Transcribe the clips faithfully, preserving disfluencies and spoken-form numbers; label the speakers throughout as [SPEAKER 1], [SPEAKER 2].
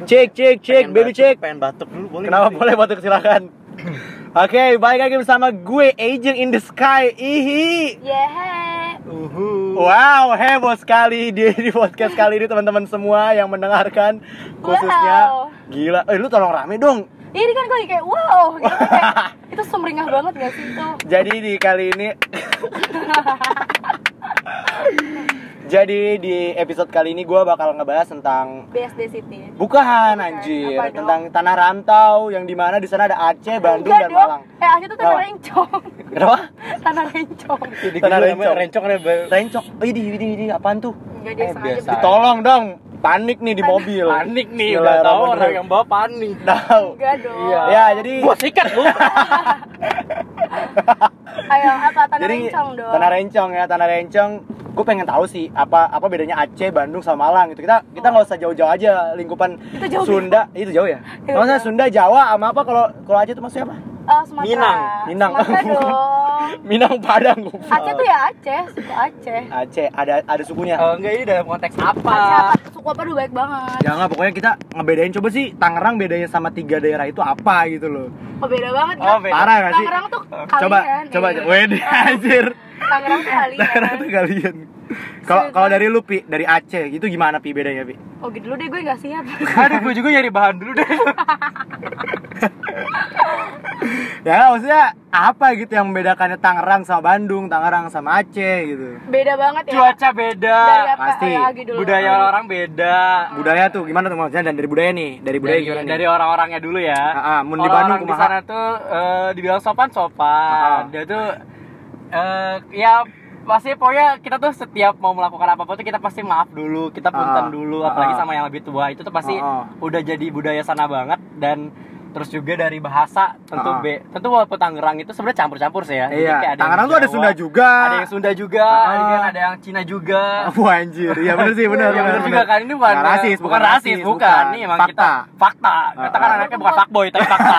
[SPEAKER 1] Cek, cek, cek, baby cek.
[SPEAKER 2] Pengen batuk dulu, boleh?
[SPEAKER 1] Kenapa boleh batuk, silakan. Oke, okay, balik lagi bersama gue Agent in the Sky. Ihi.
[SPEAKER 3] Yeah.
[SPEAKER 2] Uhu.
[SPEAKER 1] Wow, heboh sekali di, di podcast kali ini teman-teman semua yang mendengarkan, khususnya
[SPEAKER 3] Wow.
[SPEAKER 1] Gila. Eh, lu tolong rame dong.
[SPEAKER 3] Ini kan gue lagi kayak wow, gitu kayak itu sumringah banget gak sih itu?
[SPEAKER 1] Jadi di kali ini Jadi di episode kali ini gue bakal ngebahas tentang
[SPEAKER 3] B S D City.
[SPEAKER 1] Bukan,
[SPEAKER 3] Bukan,
[SPEAKER 1] anjir,
[SPEAKER 3] apa dong?
[SPEAKER 1] tentang tanah rantau yang dimana di sana ada Aceh, Bandung,
[SPEAKER 3] Enggak
[SPEAKER 1] dan
[SPEAKER 3] dong.
[SPEAKER 1] Malang.
[SPEAKER 3] Eh Aceh tuh tanah
[SPEAKER 1] Kenapa?
[SPEAKER 3] rencong.
[SPEAKER 1] Kenapa?
[SPEAKER 3] Tanah rencong.
[SPEAKER 2] Jadi
[SPEAKER 1] Tanah
[SPEAKER 2] gue
[SPEAKER 1] rencong.
[SPEAKER 2] rencong ada ber-
[SPEAKER 1] Rencok. Oh, ini, ini, ini, apaan tuh?
[SPEAKER 3] Enggak dia
[SPEAKER 2] Eh,
[SPEAKER 3] sengaja.
[SPEAKER 2] biasa.
[SPEAKER 3] bikin.
[SPEAKER 1] Tolong dong, panik nih di mobil.
[SPEAKER 2] panik nih, udah tahu orang yang bawa panik.
[SPEAKER 1] Tahu.
[SPEAKER 3] Enggak dong.
[SPEAKER 2] Iya.
[SPEAKER 1] Ya, jadi
[SPEAKER 2] Gua sikat lu.
[SPEAKER 3] Ayo apa tanah
[SPEAKER 1] jadi
[SPEAKER 3] rencong dong.
[SPEAKER 1] tanah rencong ya, tanah rencong. Gue pengen tahu sih apa apa bedanya Aceh, Bandung sama Malang gitu. Kita kita nggak usah jauh-jauh aja lingkupan
[SPEAKER 3] Itu jauh,
[SPEAKER 1] Sunda. Itu jauh ya?
[SPEAKER 3] Itu
[SPEAKER 1] Maksudnya
[SPEAKER 3] jauh.
[SPEAKER 1] Sunda, Jawa sama apa kalau kalau Aceh itu maksudnya apa?
[SPEAKER 3] Eh, Sumatera.
[SPEAKER 2] Minang.
[SPEAKER 1] Minang.
[SPEAKER 3] Sumatera dong.
[SPEAKER 1] Minang, Padang. goblok.
[SPEAKER 3] Aceh tuh ya Aceh, suku Aceh.
[SPEAKER 1] Aceh ada ada sukunya.
[SPEAKER 2] Oh, enggak, ini dalam konteks apa?
[SPEAKER 3] Aceh apa? Suku apa dulu baik banget.
[SPEAKER 1] Ya nggak, pokoknya kita ngebedain coba sih Tangerang bedanya sama tiga daerah itu apa gitu loh.
[SPEAKER 3] Oh beda banget
[SPEAKER 2] Oh,
[SPEAKER 3] kan?
[SPEAKER 2] beda.
[SPEAKER 1] Parah nggak sih?
[SPEAKER 3] Tangerang tuh kalian.
[SPEAKER 1] Coba coba
[SPEAKER 3] iya.
[SPEAKER 1] wede anjir.
[SPEAKER 3] Tangerang tuh kalian.
[SPEAKER 1] Tangerang tuh kalian. Kalau kalau dari lu Pi, dari Aceh itu gimana Pi bedanya Pi?
[SPEAKER 3] Oh gitu dulu deh gue gak siap.
[SPEAKER 2] Aduh, gue juga nyari bahan dulu deh.
[SPEAKER 1] Ya maksudnya apa gitu yang membedakannya Tangerang sama Bandung, Tangerang sama Aceh gitu.
[SPEAKER 3] Beda banget ya.
[SPEAKER 2] Cuaca beda.
[SPEAKER 3] Dari apa
[SPEAKER 1] pasti.
[SPEAKER 3] ya, lagi dulu.
[SPEAKER 2] Budaya orang beda.
[SPEAKER 1] Budaya tuh gimana tuh maksudnya, dan dari budaya nih, dari budaya
[SPEAKER 2] Dari,
[SPEAKER 1] gimana nih?
[SPEAKER 2] dari orang-orangnya dulu ya.
[SPEAKER 1] Ah, ah, mun di
[SPEAKER 2] Orang-orang
[SPEAKER 1] Bandung
[SPEAKER 2] di
[SPEAKER 1] kumaha?
[SPEAKER 2] sana tuh eh, dibilang sopan-sopan.
[SPEAKER 1] Ah, ah.
[SPEAKER 2] Dia tuh eh, ya pasti pokoknya kita tuh setiap mau melakukan apa-apa tuh kita pasti maaf dulu, kita punten
[SPEAKER 1] Ah,
[SPEAKER 2] dulu,
[SPEAKER 1] ah,
[SPEAKER 2] apalagi
[SPEAKER 1] ah.
[SPEAKER 2] sama yang lebih tua. Itu tuh pasti
[SPEAKER 1] Ah, ah.
[SPEAKER 2] udah jadi budaya sana banget. Dan terus juga dari bahasa tentu
[SPEAKER 1] Ah, ah.
[SPEAKER 2] be, tentu walaupun Tangerang itu sebenarnya campur-campur sih ya. Jadi
[SPEAKER 1] Iya,
[SPEAKER 2] kayak ada yang
[SPEAKER 1] Tangerang tuh ada
[SPEAKER 2] Jawa,
[SPEAKER 1] Sunda juga.
[SPEAKER 2] ada yang Sunda juga,
[SPEAKER 1] Ah,
[SPEAKER 2] ada
[SPEAKER 1] ah.
[SPEAKER 2] yang ada yang Cina juga.
[SPEAKER 1] Wah anjir, iya bener sih, bener,
[SPEAKER 2] Iya,
[SPEAKER 1] bener,
[SPEAKER 2] bener juga kan, ini bukan
[SPEAKER 1] Bukan rasis,
[SPEAKER 2] bukan rasis, bukan. Ini emang
[SPEAKER 1] fakta.
[SPEAKER 2] kita fakta. Kita kan
[SPEAKER 1] Ah, ah.
[SPEAKER 2] anaknya bukan fuckboy tapi fakta.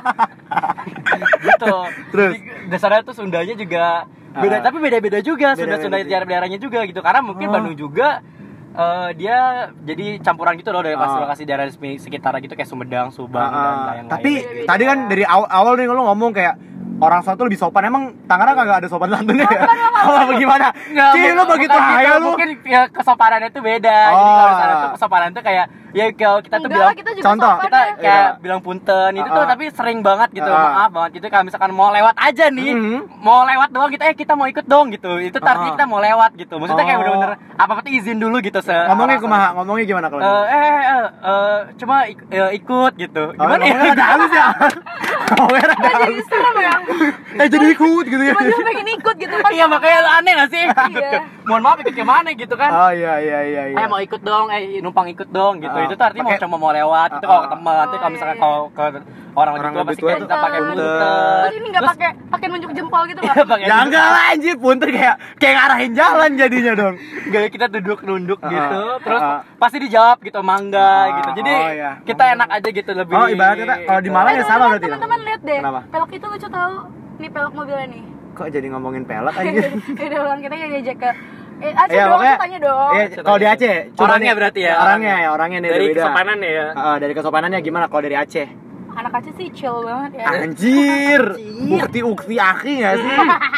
[SPEAKER 2] Gitu.
[SPEAKER 1] Terus?
[SPEAKER 2] Jadi, dasarnya tuh Sundanya juga beda,
[SPEAKER 1] Ah.
[SPEAKER 2] tapi beda-beda juga
[SPEAKER 1] Beda-beda
[SPEAKER 2] Sunda-Sunda
[SPEAKER 1] juga.
[SPEAKER 2] daerah-daerahnya juga gitu. Karena mungkin
[SPEAKER 1] Oh.
[SPEAKER 2] Bandung juga eh, dia jadi campuran gitu loh dari
[SPEAKER 1] Ah.
[SPEAKER 2] lokasi-lokasi daerah di sekitar gitu kayak Sumedang, Subang
[SPEAKER 1] Ah,
[SPEAKER 2] dan
[SPEAKER 1] ah.
[SPEAKER 2] lain-lain.
[SPEAKER 1] Tapi
[SPEAKER 3] Beda-beda.
[SPEAKER 1] tadi kan dari awal, awal nih lo ngomong kayak orang sana tuh lebih sopan. Emang Tangerang kagak ada sopan santunnya ya? Apa gimana?
[SPEAKER 2] Nggak,
[SPEAKER 1] Cih,
[SPEAKER 2] bu-
[SPEAKER 1] lo begitu
[SPEAKER 2] bukan
[SPEAKER 1] haya
[SPEAKER 2] gitu.
[SPEAKER 1] lu.
[SPEAKER 2] Mungkin ya, kesopanannya tuh beda. Jadi
[SPEAKER 1] Oh.
[SPEAKER 2] kalau di sana tuh kesopanan tuh kayak ya kalau kita tuh
[SPEAKER 3] Enggak
[SPEAKER 2] bilang
[SPEAKER 3] lah, kita juga
[SPEAKER 1] contoh,
[SPEAKER 3] sopan
[SPEAKER 2] kita
[SPEAKER 3] ya.
[SPEAKER 2] kayak
[SPEAKER 1] Iya.
[SPEAKER 2] bilang punten itu tuh
[SPEAKER 1] Ah.
[SPEAKER 2] tapi sering banget gitu,
[SPEAKER 1] Ah.
[SPEAKER 2] maaf banget gitu. Kalau misalkan mau lewat aja nih,
[SPEAKER 1] Mhm.
[SPEAKER 2] mau lewat doang kita eh kita mau ikut dong gitu, itu artinya
[SPEAKER 1] Ah.
[SPEAKER 2] kita mau lewat gitu. Maksudnya kayak
[SPEAKER 1] Oh.
[SPEAKER 2] bener-bener apa apa tuh izin dulu gitu. Se
[SPEAKER 1] Ngomongnya
[SPEAKER 2] orang
[SPEAKER 1] kumaha?
[SPEAKER 2] sana.
[SPEAKER 1] Ngomongnya gimana kalau?
[SPEAKER 2] Eh, eh, eh, eh, eh, cuma ik- eh, ikut gitu.
[SPEAKER 1] Oh,
[SPEAKER 2] Gimana ya?
[SPEAKER 1] ngomongnya ada halus ya? Ngomongnya ada
[SPEAKER 3] Kan jadi
[SPEAKER 1] halus.
[SPEAKER 3] serem ya.
[SPEAKER 1] Eh jadi ikut gitu ya?
[SPEAKER 3] Cuma dia pengen ikut gitu kan.
[SPEAKER 2] Iya makanya aneh gak sih?
[SPEAKER 3] Iya.
[SPEAKER 2] Mohon maaf ikut kemana gitu kan?
[SPEAKER 1] Oh iya iya iya iya.
[SPEAKER 2] Eh mau ikut dong, eh numpang ikut dong gitu.
[SPEAKER 1] Ah,
[SPEAKER 2] Itu tuh artinya mau
[SPEAKER 1] pakai-
[SPEAKER 2] cuma mau lewat. Itu
[SPEAKER 1] Ah,
[SPEAKER 2] kalau
[SPEAKER 1] ah.
[SPEAKER 2] ke teman, nanti kalau misalkan kalau ke orang lebih
[SPEAKER 1] Orang
[SPEAKER 2] tua
[SPEAKER 1] lebih
[SPEAKER 2] pasti
[SPEAKER 1] tua
[SPEAKER 2] kayak
[SPEAKER 1] tuh
[SPEAKER 2] kita pakai
[SPEAKER 3] punten.
[SPEAKER 2] punten.
[SPEAKER 3] Terus ini enggak
[SPEAKER 2] Terus-
[SPEAKER 3] pakai pakai nunjuk jempol gitu enggak?
[SPEAKER 2] Iya, pakai
[SPEAKER 1] Ya enggak lah anjir, punten kayak kayak ngarahin jalan jadinya dong.
[SPEAKER 2] Enggak, kita duduk nunduk
[SPEAKER 1] Ah,
[SPEAKER 2] gitu. Terus
[SPEAKER 1] ah.
[SPEAKER 2] pasti dijawab gitu mangga
[SPEAKER 1] Ah,
[SPEAKER 2] gitu. Jadi
[SPEAKER 1] oh, iya.
[SPEAKER 2] kita enak aja gitu lebih.
[SPEAKER 1] Oh, ibaratnya kalau di Malang ya sama berarti.
[SPEAKER 3] Teman-teman lihat deh.
[SPEAKER 1] Kenapa?
[SPEAKER 3] Pelok itu lucu tahu. Nih pelok mobilnya nih.
[SPEAKER 1] Kok jadi ngomongin pelek anjir?
[SPEAKER 3] Udah ulang kita jadi ajak ke Eh, Aceh
[SPEAKER 1] Iya,
[SPEAKER 3] dong,
[SPEAKER 1] pokoknya-
[SPEAKER 3] tanya dong.
[SPEAKER 1] Iya, kalau di Aceh, coba
[SPEAKER 2] Orangnya
[SPEAKER 1] nih.
[SPEAKER 2] berarti ya,
[SPEAKER 1] Orangnya ya, orangnya nih
[SPEAKER 2] dari
[SPEAKER 1] beda.
[SPEAKER 2] kesopanan ya.
[SPEAKER 1] Heeh, dari kesopanannya gimana kalau dari Aceh?
[SPEAKER 3] Anak Aceh sih chill banget ya.
[SPEAKER 1] Anjir, ukti-ukti aki gak sih?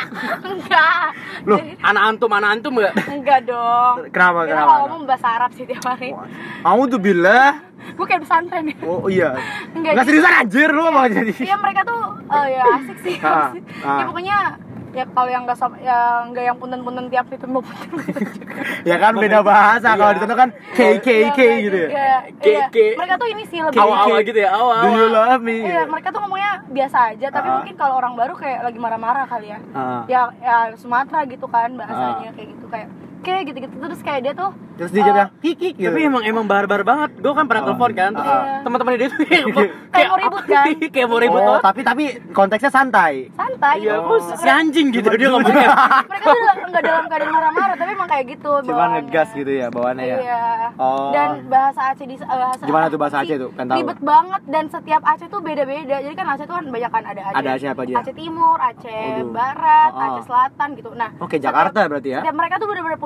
[SPEAKER 3] Enggak.
[SPEAKER 1] Loh,
[SPEAKER 3] Jadi-
[SPEAKER 2] Anak antum, anak antum enggak?
[SPEAKER 3] enggak dong.
[SPEAKER 1] Kenapa,
[SPEAKER 3] Kita
[SPEAKER 1] kenapa?
[SPEAKER 3] kalau ngomong bahasa Arab sih tiap hari.
[SPEAKER 1] Kamu tuh bilang,
[SPEAKER 3] Gue kayak pesantren ya.
[SPEAKER 1] oh iya.
[SPEAKER 3] Enggak,
[SPEAKER 1] Enggak
[SPEAKER 3] jadi-
[SPEAKER 1] seriusan anjir lu apa jadi?
[SPEAKER 3] Iya mereka tuh oh ya asik sih.
[SPEAKER 1] Ah,
[SPEAKER 3] asik.
[SPEAKER 1] ah.
[SPEAKER 3] Ya pokoknya ya kalau yang enggak som- yang enggak yang punten-punten tiap itu mau punten.
[SPEAKER 1] Ya kan beda bahasa. Kalau
[SPEAKER 2] Iya.
[SPEAKER 1] di sana kan K K K gitu ya.
[SPEAKER 3] Iya,
[SPEAKER 2] K,
[SPEAKER 3] iya.
[SPEAKER 2] K.
[SPEAKER 3] Mereka tuh ini sih lebih
[SPEAKER 2] Awal-awal gitu ya, awal.
[SPEAKER 1] Do you love me?
[SPEAKER 3] Iya, mereka tuh ngomongnya biasa aja, tapi
[SPEAKER 1] Ah.
[SPEAKER 3] mungkin kalau orang baru kayak lagi marah-marah kali ya.
[SPEAKER 1] Ah.
[SPEAKER 3] Ya, ya Sumatera gitu kan bahasanya kayak gitu kayak kayak gitu-gitu terus kayak dia tuh
[SPEAKER 1] Terus dia
[SPEAKER 3] eh,
[SPEAKER 1] bilang kiki gitu.
[SPEAKER 2] Tapi emang emang barbar banget. Gue kan pernah
[SPEAKER 1] Oh.
[SPEAKER 2] telepon kan, terus
[SPEAKER 3] Iya.
[SPEAKER 2] teman-teman dia tuh kayak
[SPEAKER 3] Kayak mau ribut kan?
[SPEAKER 2] kayak mau ribut
[SPEAKER 1] Oh,
[SPEAKER 2] banget.
[SPEAKER 1] tapi tapi konteksnya santai.
[SPEAKER 3] santai
[SPEAKER 2] Iya,
[SPEAKER 3] gitu.
[SPEAKER 2] kok si anjing gitu dia ngomongnya.
[SPEAKER 3] Mereka tuh nggak dalam keadaan marah-marah, tapi emang kayak gitu
[SPEAKER 1] Cuma
[SPEAKER 3] bawaannya.
[SPEAKER 1] ngegas gitu ya bawaannya ya.
[SPEAKER 3] Iya.
[SPEAKER 1] Oh.
[SPEAKER 3] Dan bahasa Aceh di eh, bahasa
[SPEAKER 1] Gimana tuh bahasa
[SPEAKER 3] sih,
[SPEAKER 1] Aceh tuh? Kan tahu.
[SPEAKER 3] Ribet banget dan setiap Aceh tuh beda-beda. Jadi kan Aceh tuh kan banyak kan ada Aceh.
[SPEAKER 1] Ada Aceh apa aja?
[SPEAKER 3] Aceh Timur, Aceh
[SPEAKER 1] Waduh.
[SPEAKER 3] Barat,
[SPEAKER 1] Oh, oh.
[SPEAKER 3] Aceh Selatan gitu. Nah,
[SPEAKER 1] Oke,
[SPEAKER 3] setiap-
[SPEAKER 1] Jakarta berarti ya.
[SPEAKER 3] Setiap mereka tuh benar-benar punya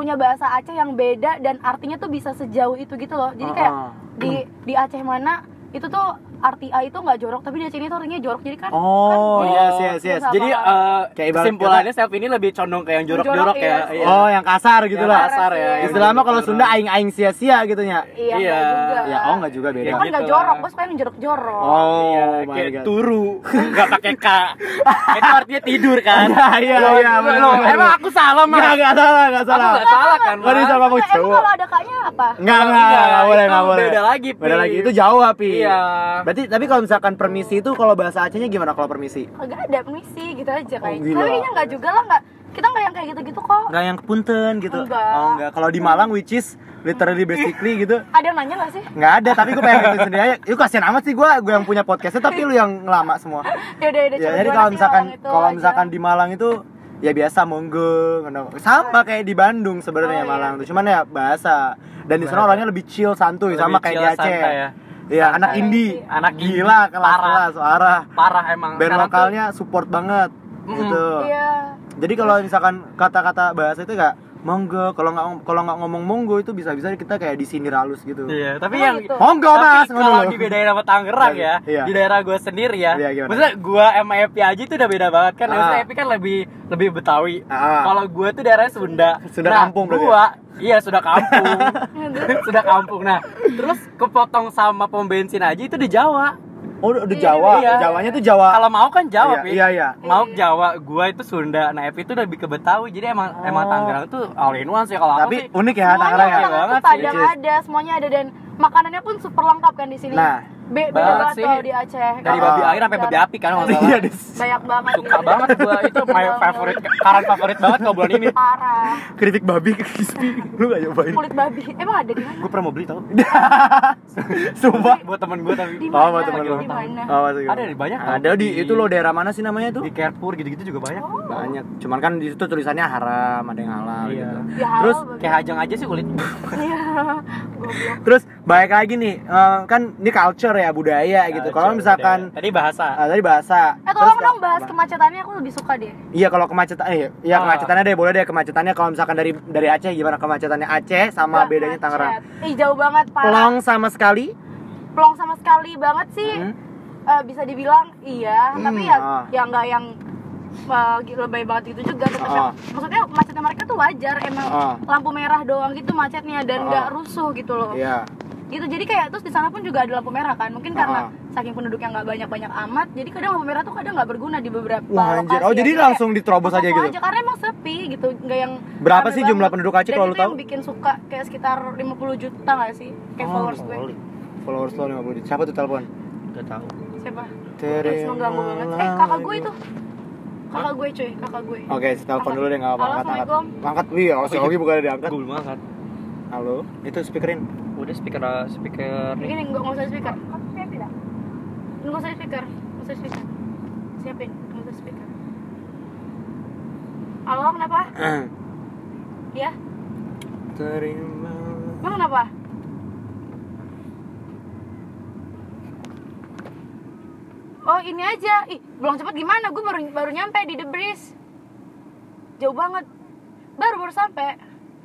[SPEAKER 3] punya bahasa Aceh yang beda dan artinya tuh bisa sejauh itu gitu loh. Jadi kayak
[SPEAKER 1] Uh-uh.
[SPEAKER 3] di di Aceh mana itu tuh arti A itu nggak jorok, tapi di Aceh ini tuh artinya jorok. Jadi kan
[SPEAKER 1] Oh,
[SPEAKER 3] kan,
[SPEAKER 1] yes, yes, yes.
[SPEAKER 3] Sama-
[SPEAKER 2] Jadi eh,
[SPEAKER 1] Kayak ibarat
[SPEAKER 2] kesimpulannya self ini lebih condong ke yang jorok-jorok
[SPEAKER 3] Jorok,
[SPEAKER 2] ya.
[SPEAKER 3] iya.
[SPEAKER 2] Iya.
[SPEAKER 1] Oh, yang kasar gitu
[SPEAKER 2] Yang
[SPEAKER 1] lah.
[SPEAKER 2] kasar ya.
[SPEAKER 3] Iya.
[SPEAKER 2] yang
[SPEAKER 1] Istilah mah kalau
[SPEAKER 2] jorok-jorok.
[SPEAKER 1] Sunda aing-aing sia-sia gitu nya.
[SPEAKER 3] iya,
[SPEAKER 2] Iya.
[SPEAKER 3] nggak juga.
[SPEAKER 1] Ya, oh enggak juga beda.
[SPEAKER 2] Ya,
[SPEAKER 3] kan nggak
[SPEAKER 2] gitu
[SPEAKER 3] jorok,
[SPEAKER 2] lah.
[SPEAKER 3] gue suka yang jorok-jorok.
[SPEAKER 1] Oh,
[SPEAKER 2] Iya,
[SPEAKER 1] my
[SPEAKER 2] kayak
[SPEAKER 1] God.
[SPEAKER 2] turu, nggak pakai k. Itu artinya tidur kan?
[SPEAKER 1] Iya, iya,
[SPEAKER 2] Loh,
[SPEAKER 1] iya,
[SPEAKER 2] loh,
[SPEAKER 1] bener-bener.
[SPEAKER 2] Emang aku salah mas?
[SPEAKER 1] Enggak, enggak salah, enggak
[SPEAKER 2] Aku
[SPEAKER 1] salah.
[SPEAKER 2] nggak salah kan?
[SPEAKER 1] Nggak
[SPEAKER 2] Mas?
[SPEAKER 1] bisa ngomong
[SPEAKER 3] Emang
[SPEAKER 1] cowok.
[SPEAKER 3] kalau ada kaknya apa?
[SPEAKER 1] Enggak, enggak,
[SPEAKER 2] Enggak,
[SPEAKER 1] enggak boleh,
[SPEAKER 2] itu
[SPEAKER 1] enggak boleh.
[SPEAKER 2] beda lagi, Pi.
[SPEAKER 1] Beda lagi. Itu Jawa, Pi.
[SPEAKER 2] Iya.
[SPEAKER 1] Berarti tapi kalau misalkan permisi itu kalau bahasa Acehnya gimana kalau permisi?
[SPEAKER 3] Kagak ada permisi gitu aja kayak.
[SPEAKER 1] gila.
[SPEAKER 3] Tapi kayaknya nggak juga lah, nggak. Kita nggak yang kayak gitu-gitu kok.
[SPEAKER 1] Enggak yang punten gitu.
[SPEAKER 3] Enggak.
[SPEAKER 1] Oh, enggak. Kalau di Malang which is literally basically gitu.
[SPEAKER 3] Ada yang nanya nggak sih?
[SPEAKER 1] Enggak ada, tapi gue pengen gitu sendiri aja. Itu kasihan amat sih gue, gue yang punya podcastnya tapi lu yang ngelama semua.
[SPEAKER 3] Ya udah udah.
[SPEAKER 1] Ya,
[SPEAKER 3] coba
[SPEAKER 1] jadi
[SPEAKER 3] gimana
[SPEAKER 1] kalau
[SPEAKER 3] sih
[SPEAKER 1] misalkan
[SPEAKER 3] orang itu
[SPEAKER 1] kalau
[SPEAKER 3] aja?
[SPEAKER 1] misalkan di Malang itu ya biasa monggo, ngono. Sama kayak di Bandung sebenarnya
[SPEAKER 3] Oh, iya.
[SPEAKER 1] Malang tuh. Cuman ya bahasa. Dan di sana
[SPEAKER 2] Bahasa.
[SPEAKER 1] orangnya lebih chill, santuy
[SPEAKER 2] Lebih
[SPEAKER 1] sama kayak di
[SPEAKER 2] chill,
[SPEAKER 1] Aceh.
[SPEAKER 2] santai ya.
[SPEAKER 1] Iya, anak
[SPEAKER 2] Santai.
[SPEAKER 1] indie,
[SPEAKER 2] Anak indie.
[SPEAKER 1] gila, kelas-kelas,
[SPEAKER 2] Parah.
[SPEAKER 1] suara.
[SPEAKER 2] Parah emang.
[SPEAKER 1] Band
[SPEAKER 2] Sekarang tuh-
[SPEAKER 1] lokalnya support banget,
[SPEAKER 2] Mm-mm.
[SPEAKER 1] gitu.
[SPEAKER 3] Iya.
[SPEAKER 1] Jadi kalau misalkan kata-kata bahasa itu gak monggo, kalau nggak kalau nggak ngomong monggo itu bisa-bisa kita kayak di sini halus gitu.
[SPEAKER 2] Iya, tapi
[SPEAKER 3] Oh,
[SPEAKER 2] yang
[SPEAKER 3] gitu.
[SPEAKER 1] Monggo
[SPEAKER 2] tapi
[SPEAKER 1] mas, ngono
[SPEAKER 2] kalau
[SPEAKER 1] loh.
[SPEAKER 2] dibedain sama Tangerang ya,
[SPEAKER 1] Iya.
[SPEAKER 2] di daerah gue sendiri ya.
[SPEAKER 1] Iya, gimana?
[SPEAKER 2] Maksudnya gue sama Epi aja itu udah beda banget kan.
[SPEAKER 1] Ah.
[SPEAKER 2] Maksudnya Epi kan lebih lebih Betawi.
[SPEAKER 1] Ah.
[SPEAKER 2] Kalau gue tuh daerahnya Sunda.
[SPEAKER 1] Sunda
[SPEAKER 2] nah,
[SPEAKER 1] kampung berarti
[SPEAKER 2] gua, iya sudah kampung. Sudah kampung. Nah, terus kepotong sama pom bensin aja itu di Jawa.
[SPEAKER 1] Oh, udah
[SPEAKER 3] Iya,
[SPEAKER 1] Jawa,
[SPEAKER 2] iya.
[SPEAKER 1] Jawanya tuh Jawa.
[SPEAKER 2] Kalau mau kan Jawa,
[SPEAKER 1] Iya,
[SPEAKER 2] Pi.
[SPEAKER 1] iya, iya.
[SPEAKER 2] Mau Jawa, gua itu Sunda. Nah, Epi itu lebih ke Betawi. Jadi emang
[SPEAKER 1] Oh.
[SPEAKER 2] emang Tangerang tuh all in one sih kalau aku
[SPEAKER 1] Tapi
[SPEAKER 2] sih.
[SPEAKER 1] unik ya
[SPEAKER 3] Semuanya
[SPEAKER 1] Tangerang ya.
[SPEAKER 2] Iya
[SPEAKER 3] makanan
[SPEAKER 2] banget
[SPEAKER 3] tuh
[SPEAKER 2] sih,
[SPEAKER 3] Padang
[SPEAKER 1] Cis.
[SPEAKER 3] ada, semuanya ada dan makanannya pun super lengkap kan di sini.
[SPEAKER 1] Nah,
[SPEAKER 3] Be- beda
[SPEAKER 2] banget
[SPEAKER 3] banget
[SPEAKER 2] sih.
[SPEAKER 3] kalau di Aceh.
[SPEAKER 2] Dari
[SPEAKER 1] Ah.
[SPEAKER 2] babi air sampai babi api kan kalau nggak
[SPEAKER 1] Iya,
[SPEAKER 2] salah.
[SPEAKER 1] Des.
[SPEAKER 3] Banyak banget.
[SPEAKER 2] Suka
[SPEAKER 3] gitu.
[SPEAKER 2] banget gua itu my favorite karan favorit banget kalau bulan ini.
[SPEAKER 3] Parah.
[SPEAKER 1] Kritik babi ke crispy. Lu gak nyobain?
[SPEAKER 3] Kulit babi. Emang ada di mana?
[SPEAKER 1] Gue pernah mau beli tau. Sumpah.
[SPEAKER 2] Buat temen gua tapi
[SPEAKER 3] Di
[SPEAKER 1] Oh,
[SPEAKER 3] mana?
[SPEAKER 1] buat temen lu.
[SPEAKER 3] Di mana?
[SPEAKER 1] Oh, masih
[SPEAKER 2] ada di banyak.
[SPEAKER 1] Ada di itu loh daerah mana sih namanya tuh?
[SPEAKER 2] di Carrefour gitu-gitu juga banyak.
[SPEAKER 1] Banyak. Cuman kan di situ tulisannya haram, ada yang halal
[SPEAKER 2] Iya.
[SPEAKER 1] gitu.
[SPEAKER 3] Ya, halal
[SPEAKER 1] Terus
[SPEAKER 3] babi.
[SPEAKER 2] Kayak hajang aja sih kulit.
[SPEAKER 3] Iya. Goblok.
[SPEAKER 1] terus baik lagi nih, eh, kan ini culture ya, budaya gitu. Kalau misalkan
[SPEAKER 2] tadi bahasa.
[SPEAKER 1] ah, tadi bahasa.
[SPEAKER 3] Eh tolong
[SPEAKER 1] Terus
[SPEAKER 3] dong
[SPEAKER 1] kalau-
[SPEAKER 3] bahas
[SPEAKER 1] apa?
[SPEAKER 3] kemacetannya, aku lebih suka deh.
[SPEAKER 1] Iya kalau kemacetan, eh, iya
[SPEAKER 2] Ah.
[SPEAKER 1] kemacetannya deh, boleh deh kemacetannya. Kalau misalkan dari dari Aceh gimana kemacetannya Aceh sama
[SPEAKER 3] Wah,
[SPEAKER 1] bedanya
[SPEAKER 3] macet.
[SPEAKER 1] Tangerang?
[SPEAKER 3] Ih jauh banget parah.
[SPEAKER 1] Plong sama sekali.
[SPEAKER 3] Plong sama sekali banget sih.
[SPEAKER 1] Hmm.
[SPEAKER 3] Eh, bisa dibilang iya,
[SPEAKER 1] Hmm,
[SPEAKER 3] tapi ya
[SPEAKER 1] ah.
[SPEAKER 3] ya nggak yang uh, lebay banget gitu juga. Tetep
[SPEAKER 1] Ah.
[SPEAKER 3] yang- maksudnya macetnya mereka tuh wajar, emang
[SPEAKER 1] Ah.
[SPEAKER 3] lampu merah doang gitu macetnya dan
[SPEAKER 1] Ah.
[SPEAKER 3] nggak rusuh gitu loh.
[SPEAKER 1] Iya.
[SPEAKER 3] Gitu jadi kayak terus di sana pun juga ada lampu merah kan, mungkin karena
[SPEAKER 1] Ah.
[SPEAKER 3] saking penduduknya nggak banyak-banyak amat, jadi kadang lampu merah tuh kadang nggak berguna di beberapa
[SPEAKER 1] Wah anjir.
[SPEAKER 3] lokasi
[SPEAKER 1] Oh
[SPEAKER 3] ya.
[SPEAKER 1] jadi
[SPEAKER 3] kayak
[SPEAKER 1] langsung diterobos aja
[SPEAKER 3] langsung
[SPEAKER 1] gitu.
[SPEAKER 3] karena emang sepi gitu, nggak yang
[SPEAKER 1] Berapa
[SPEAKER 3] rame
[SPEAKER 1] sih jumlah
[SPEAKER 3] banget.
[SPEAKER 1] penduduk Aceh
[SPEAKER 3] Dan
[SPEAKER 1] kalau lu
[SPEAKER 3] itu yang
[SPEAKER 1] tahu?
[SPEAKER 3] bikin suka kayak sekitar lima puluh juta nggak sih kayak followers gue.
[SPEAKER 1] Oh, followers lo lima puluh. Siapa tuh telepon?
[SPEAKER 2] Enggak tahu.
[SPEAKER 3] Siapa?
[SPEAKER 1] Terima
[SPEAKER 3] Mengganggu banget. Eh kakak gue itu. Kakak gue cuy, kakak gue.
[SPEAKER 1] Oke, telepon dulu deh, nggak apa-apa.
[SPEAKER 3] Halo,
[SPEAKER 1] Angkat, angkat.
[SPEAKER 3] Assalamualaikum.
[SPEAKER 1] Angkat, wih, oh, si Ogi bukan diangkat.
[SPEAKER 2] Gue belum angkat.
[SPEAKER 1] Halo, itu speakerin.
[SPEAKER 2] Udah speaker speaker
[SPEAKER 3] Ini nggak nggak usah di speaker. Nggak usah di speaker, nggak usah di speaker. Siapin, nggak usah di speaker. Halo, kenapa? Ya,
[SPEAKER 1] Terima.
[SPEAKER 3] emang kenapa? Oh ini aja, ih belum cepet gimana? Gue baru baru nyampe di The Breeze. Jauh banget. Baru baru sampai.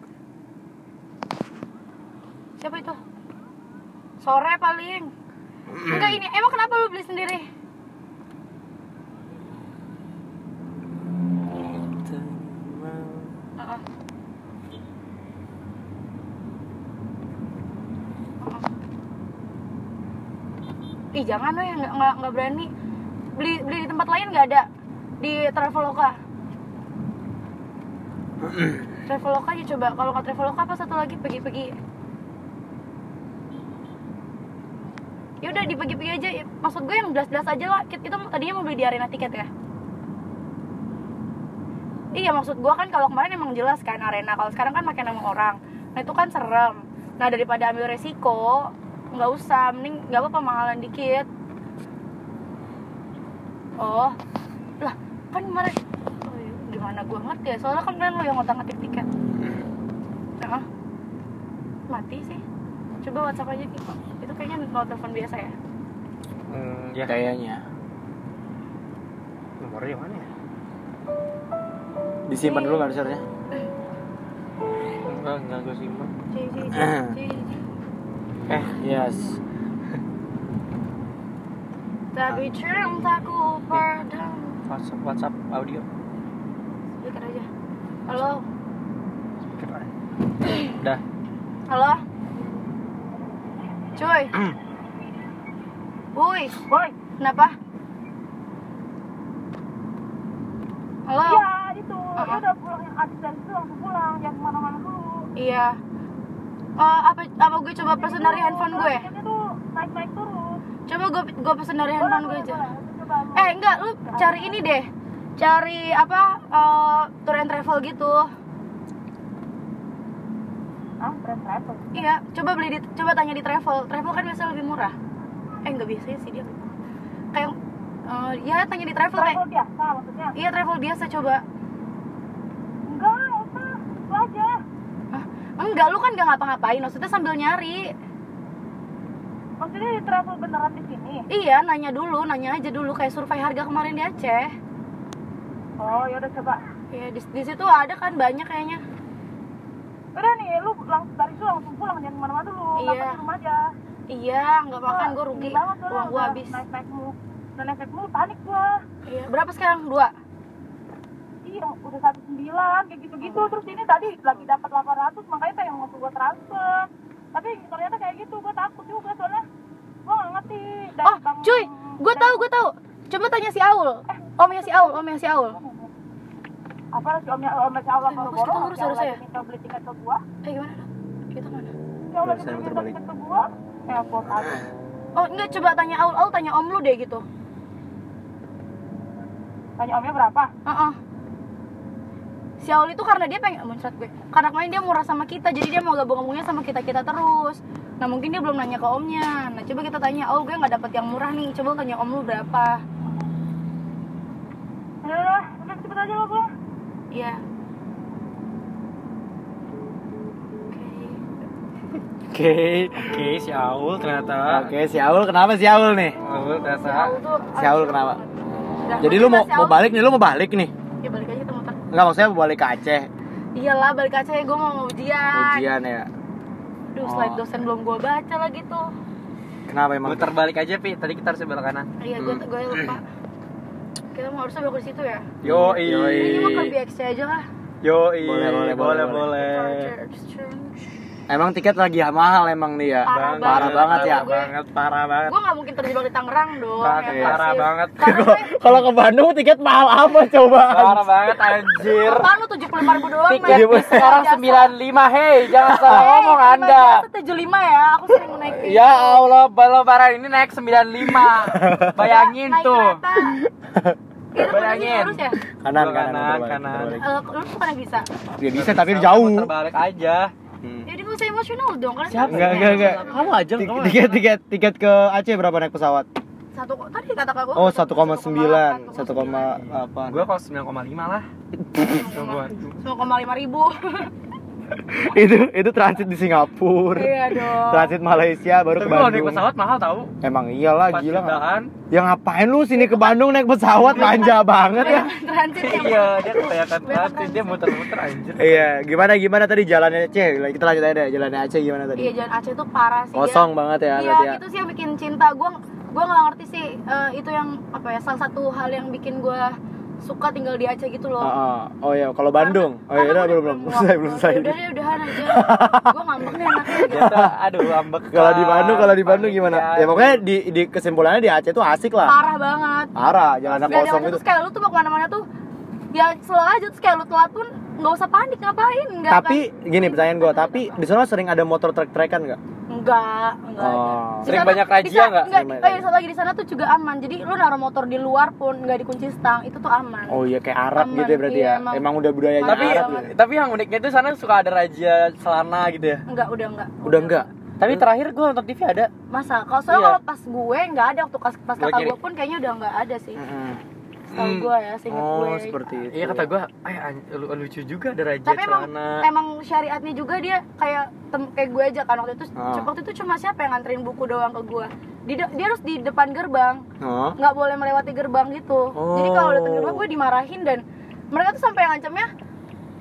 [SPEAKER 3] Siapa itu? Sore paling. Enggak ini, emang kenapa lu beli sendiri? Uh-uh. Uh-uh. Ih jangan loh ya, nggak nggak nggak berani. Beli beli di tempat lain nggak ada di Traveloka. Traveloka aja coba. Kalau nggak Traveloka apa satu lagi pergi-pergi. Ya udah di pergi-pergi aja. Maksud gue yang belas-belas aja lah. Kita, kita tadinya mau beli di Arena Tiket ya. Iya maksud gue kan kalau kemarin emang jelas kan Arena. Kalau sekarang kan pakai nama orang. Nah itu kan serem. Nah daripada ambil resiko, nggak usah. Mending nggak apa-apa mahalan dikit. Oh, lah kan kemarin. Oh, iya, gimana gue ngerti ya? Soalnya kan kemarin lo yang ngotak-ngatik tiket. Nah, mati sih. Coba WhatsApp aja gitu. Itu kayaknya nomor telepon biasa ya.
[SPEAKER 2] Hmm, ya
[SPEAKER 1] Kayaknya.
[SPEAKER 2] nomornya mana ya?
[SPEAKER 1] Disimpan dulu nggak bisa ya?
[SPEAKER 2] Enggak, enggak gue simak.
[SPEAKER 3] J J J J J.
[SPEAKER 1] Eh, yes.
[SPEAKER 3] Tapi cintaku padamu.
[SPEAKER 2] WhatsApp, WhatsApp audio.
[SPEAKER 3] Speaker aja. Halo.
[SPEAKER 2] Udah.
[SPEAKER 3] Halo. Cuy. Woi.
[SPEAKER 4] Boy,
[SPEAKER 3] Kenapa? Halo.
[SPEAKER 4] iya itu,
[SPEAKER 3] Uh-uh.
[SPEAKER 4] dia udah pulang yang abis dari itu langsung pulang, jangan kemana-mana dulu.
[SPEAKER 3] Iya. Eh, apa apa gue coba pesen dari handphone gue?
[SPEAKER 4] Tiketnya tuh naik-naik turun.
[SPEAKER 3] Coba gue gue pesen dari handphone gue
[SPEAKER 4] Boleh,
[SPEAKER 3] aja.
[SPEAKER 4] boleh, boleh. Coba lu.
[SPEAKER 3] Eh enggak, lu cari ini deh. Cari apa? eh, tour and travel gitu.
[SPEAKER 4] Ah, brand travel.
[SPEAKER 3] Iya, coba beli di coba tanya di travel. Travel kan biasa lebih murah. Eh enggak biasanya sih dia. Kayak eh, ya tanya di travel kayak.
[SPEAKER 4] Travel biasa maksudnya.
[SPEAKER 3] Iya, travel biasa coba.
[SPEAKER 4] Enggak, nggak usah. Itu aja.
[SPEAKER 3] Hah? Enggak, lu kan gak ngapa-ngapain. Maksudnya sambil nyari.
[SPEAKER 4] Maksudnya di travel beneran di sini.
[SPEAKER 3] Iya, nanya dulu, nanya aja dulu kayak survei harga kemarin di Aceh.
[SPEAKER 4] Oh, ya udah coba.
[SPEAKER 3] Iya, di, di situ ada kan banyak kayaknya.
[SPEAKER 4] Udah nih, lu langsung dari itu langsung pulang, jangan kemana-mana dulu.
[SPEAKER 3] Iya.
[SPEAKER 4] Makan di rumah aja.
[SPEAKER 3] Iya, nggak makan gue rugi.
[SPEAKER 4] Ini banget, soalnya
[SPEAKER 3] Uang gue
[SPEAKER 4] udah
[SPEAKER 3] habis.
[SPEAKER 4] Naik-naik mulu. Udah naik-naik mulu, panik gua.
[SPEAKER 3] Iya, berapa sekarang? Dua.
[SPEAKER 4] Iya, udah satu sembilan kayak gitu-gitu. Terus ini tadi lagi dapat delapan ratus, makanya pengen mau gua transfer. Tapi ternyata kayak gitu, gua takut juga soalnya gua nggak ngerti. Dari
[SPEAKER 3] Oh,
[SPEAKER 4] Bang-
[SPEAKER 3] cuy, gue tahu, gue tahu. Coba tanya si Aul. Omnya si Aul, omnya si Aul.
[SPEAKER 4] Apa sih omnya omnya si Allah
[SPEAKER 3] Eh,
[SPEAKER 4] kalau
[SPEAKER 3] bagus, kita
[SPEAKER 4] borong
[SPEAKER 3] urus
[SPEAKER 4] yang
[SPEAKER 3] harusnya
[SPEAKER 4] lagi
[SPEAKER 3] ya?
[SPEAKER 4] minta beli tiket ke gua.
[SPEAKER 3] Eh gimana? Kita mana?
[SPEAKER 4] Yang lagi
[SPEAKER 1] Saya
[SPEAKER 4] minta
[SPEAKER 1] muter balik.
[SPEAKER 4] tiket ke gua. Telepon aja.
[SPEAKER 3] Oh enggak, coba tanya Aul. Aul tanya om lu deh gitu.
[SPEAKER 4] Tanya omnya berapa?
[SPEAKER 3] Heeh. Si Aul itu karena dia pengen muncrat gue. Karena kemarin dia murah sama kita, jadi dia mau gabung-gabungnya sama kita-kita terus. Nah mungkin dia belum nanya ke omnya. Nah coba kita tanya, Aul gue nggak dapet yang murah nih. Coba tanya om lu berapa.
[SPEAKER 4] Ya udah, udah cepet aja lo pulang.
[SPEAKER 3] Iya. Oke.
[SPEAKER 1] Oke.
[SPEAKER 2] Oke, si Aul ternyata.
[SPEAKER 1] Oke, si Aul kenapa si Aul nih?
[SPEAKER 2] Aul
[SPEAKER 3] Si
[SPEAKER 2] ternyata.
[SPEAKER 3] Aul tuh.
[SPEAKER 1] Si Aul kenapa?
[SPEAKER 3] Udah,
[SPEAKER 1] Jadi
[SPEAKER 3] udah,
[SPEAKER 1] lu mau
[SPEAKER 3] si
[SPEAKER 1] mau
[SPEAKER 3] Aul-
[SPEAKER 1] balik nih, lu mau balik nih?
[SPEAKER 3] Ya balik aja kita muter.
[SPEAKER 1] Enggak, maksudnya mau balik ke Aceh.
[SPEAKER 3] Iyalah balik aja ya, gue mau ujian.
[SPEAKER 1] Ujian ya.
[SPEAKER 3] Aduh,
[SPEAKER 1] Oh.
[SPEAKER 3] slide dosen belum gue baca lagi tuh.
[SPEAKER 1] Kenapa emang?
[SPEAKER 2] Muter balik aja, Pi. Tadi kita harus belok kanan.
[SPEAKER 3] Iya, gue
[SPEAKER 1] Hmm.
[SPEAKER 3] gue lupa. Kita mau harusnya belok di situ ya.
[SPEAKER 2] Yo,
[SPEAKER 3] Ini mah ke B X C aja lah.
[SPEAKER 2] Yo,
[SPEAKER 1] Boleh, boleh, boleh, boleh.
[SPEAKER 3] Charger exchange.
[SPEAKER 1] Emang tiket lagi mahal emang nih ya.
[SPEAKER 3] Parah
[SPEAKER 1] Parah
[SPEAKER 3] banget.
[SPEAKER 1] banget ya.
[SPEAKER 3] Gue-
[SPEAKER 2] banget, parah banget.
[SPEAKER 3] Gue nggak mungkin terjebak di Tangerang dong.
[SPEAKER 2] Parah,
[SPEAKER 3] yang
[SPEAKER 2] parah
[SPEAKER 3] pasif.
[SPEAKER 2] banget.
[SPEAKER 3] Karena gue
[SPEAKER 1] Kalau ke Bandung tiket mahal apa coba?
[SPEAKER 2] Parah banget anjir.
[SPEAKER 3] apaan lu tujuh puluh lima ribu doang.
[SPEAKER 2] Tiket
[SPEAKER 3] men?
[SPEAKER 2] bus sekarang
[SPEAKER 3] Biasa.
[SPEAKER 2] sembilan puluh lima. Hei, jangan salah
[SPEAKER 3] Eh,
[SPEAKER 2] ngomong
[SPEAKER 3] cuma
[SPEAKER 2] Anda.
[SPEAKER 3] biasa tujuh puluh lima ya. Aku sering naik itu.
[SPEAKER 2] Ya Allah, lebaran ini naik sembilan puluh lima. Bayangin
[SPEAKER 3] Naik
[SPEAKER 2] tuh.
[SPEAKER 3] kereta. Itu
[SPEAKER 2] Bayangin.
[SPEAKER 3] lurus ya?
[SPEAKER 1] Kanan,
[SPEAKER 2] Kanan,
[SPEAKER 1] kanan, muter balik,
[SPEAKER 2] kanan.
[SPEAKER 1] muter balik.
[SPEAKER 3] Eh, lu bukannya bisa?
[SPEAKER 1] Ya bisa tapi jauh.
[SPEAKER 2] Muter balik aja.
[SPEAKER 1] Hmm.
[SPEAKER 3] Jadi gak usah emosional dong. Karena
[SPEAKER 2] Siapa?
[SPEAKER 1] Enggak, enggak, enggak.
[SPEAKER 2] Kamu aja,
[SPEAKER 1] Tik-
[SPEAKER 2] kamu aja.
[SPEAKER 1] Tiket tiket tiket ke Aceh berapa naik pesawat?
[SPEAKER 3] satu tadi kata kak gue.
[SPEAKER 1] Oh, satu koma sembilan, satu koma delapan.
[SPEAKER 2] Gua kalau sembilan koma lima lah.
[SPEAKER 3] sembilan koma lima ribu.
[SPEAKER 1] itu itu transit di Singapura.
[SPEAKER 3] Iya dong.
[SPEAKER 1] Transit Malaysia baru
[SPEAKER 2] Tapi
[SPEAKER 1] ke
[SPEAKER 2] kalau naik
[SPEAKER 1] Bandung.
[SPEAKER 2] pesawat mahal tahu.
[SPEAKER 1] Emang iyalah
[SPEAKER 2] Pas
[SPEAKER 1] gila.
[SPEAKER 2] pindahan.
[SPEAKER 1] Ya ngapain lu sini ke Bandung naik pesawat manja banget ya.
[SPEAKER 3] Transit ya.
[SPEAKER 2] Iya, dia kelihatan banget, dia muter-muter anjir.
[SPEAKER 1] Iya, gimana gimana tadi jalannya Aceh? Kita lanjut aja deh, jalannya Aceh gimana tadi?
[SPEAKER 3] Iya, jalan Aceh tuh parah sih.
[SPEAKER 1] Kosong
[SPEAKER 3] ya.
[SPEAKER 1] banget ya
[SPEAKER 3] Iya,
[SPEAKER 1] berarti ya.
[SPEAKER 3] itu sih yang bikin cinta. Gue gue nggak ngerti sih eh, itu yang apa ya, salah satu hal yang bikin gue suka tinggal di Aceh gitu loh.
[SPEAKER 1] Ah, ah. Oh iya, kalau Bandung. Oh iya, udah belum belum selesai belum selesai.
[SPEAKER 3] Udah deh, udahan aja. Gue ngambek nih anaknya gitu.
[SPEAKER 2] Gitu, aduh ambek.
[SPEAKER 1] Kalau di Bandung, kalau di Bandung
[SPEAKER 2] Panik
[SPEAKER 1] gimana?
[SPEAKER 2] ya.
[SPEAKER 1] Ya pokoknya di di kesimpulannya di Aceh tuh asik lah.
[SPEAKER 3] Parah banget.
[SPEAKER 1] Parah, jalanan
[SPEAKER 3] Dan yang
[SPEAKER 1] kosong
[SPEAKER 3] Aceh
[SPEAKER 1] itu.
[SPEAKER 3] tuh kayak lu tuh mau kemana-mana tuh ya slow aja, terus kayak lu telat pun nggak usah panik, ngapain nggak
[SPEAKER 1] Tapi gini pertanyaan gua, tapi di sana sering ada motor trek-trekan enggak?
[SPEAKER 3] enggak enggak
[SPEAKER 1] Oh.
[SPEAKER 3] ada. Di
[SPEAKER 2] Sering
[SPEAKER 3] sana-
[SPEAKER 2] banyak
[SPEAKER 3] di
[SPEAKER 2] razia
[SPEAKER 3] sana-
[SPEAKER 2] nggak?
[SPEAKER 3] enggak,
[SPEAKER 1] Sering
[SPEAKER 3] oh
[SPEAKER 1] banyak
[SPEAKER 3] iya, satu lagi di sana tuh juga aman, jadi lu naruh motor di luar pun nggak dikunci stang, itu tuh aman.
[SPEAKER 1] Oh iya kayak Arab
[SPEAKER 3] Aman,
[SPEAKER 1] gitu ya berarti
[SPEAKER 3] iya,
[SPEAKER 1] ya.
[SPEAKER 3] emang.
[SPEAKER 1] Emang udah budayanya
[SPEAKER 2] Tapi
[SPEAKER 1] Arab.
[SPEAKER 3] banget.
[SPEAKER 1] gitu.
[SPEAKER 2] tapi yang uniknya itu sana suka ada raja celana gitu ya.
[SPEAKER 3] Enggak, udah enggak.
[SPEAKER 1] Udah enggak?
[SPEAKER 2] Tapi terakhir gua nonton T V ada.
[SPEAKER 3] Masa? Kalau soalnya
[SPEAKER 2] Iya.
[SPEAKER 3] kalau pas gue nggak ada, waktu pas, pas
[SPEAKER 2] Gua
[SPEAKER 3] kakak
[SPEAKER 2] kiri.
[SPEAKER 3] gue pun kayaknya udah nggak ada sih.
[SPEAKER 1] Mm-mm.
[SPEAKER 3] Setahu
[SPEAKER 2] Hmm.
[SPEAKER 3] gue ya, seinget
[SPEAKER 1] Oh,
[SPEAKER 3] gue.
[SPEAKER 1] seperti itu.
[SPEAKER 2] Iya kata gua, eh an- lu- lucu juga ada raja
[SPEAKER 3] Tapi emang
[SPEAKER 2] celana.
[SPEAKER 3] emang syariatnya juga dia kayak tem- kayak gue aja kan waktu itu.
[SPEAKER 1] Ah.
[SPEAKER 3] Waktu itu cuma siapa yang nganterin buku doang ke gue. Di de- dia harus di depan gerbang,
[SPEAKER 1] Oh.
[SPEAKER 3] nggak boleh melewati gerbang gitu. Jadi kalau
[SPEAKER 1] Oh.
[SPEAKER 3] datang gerbang gue dimarahin, dan mereka tuh sampai ngancamnya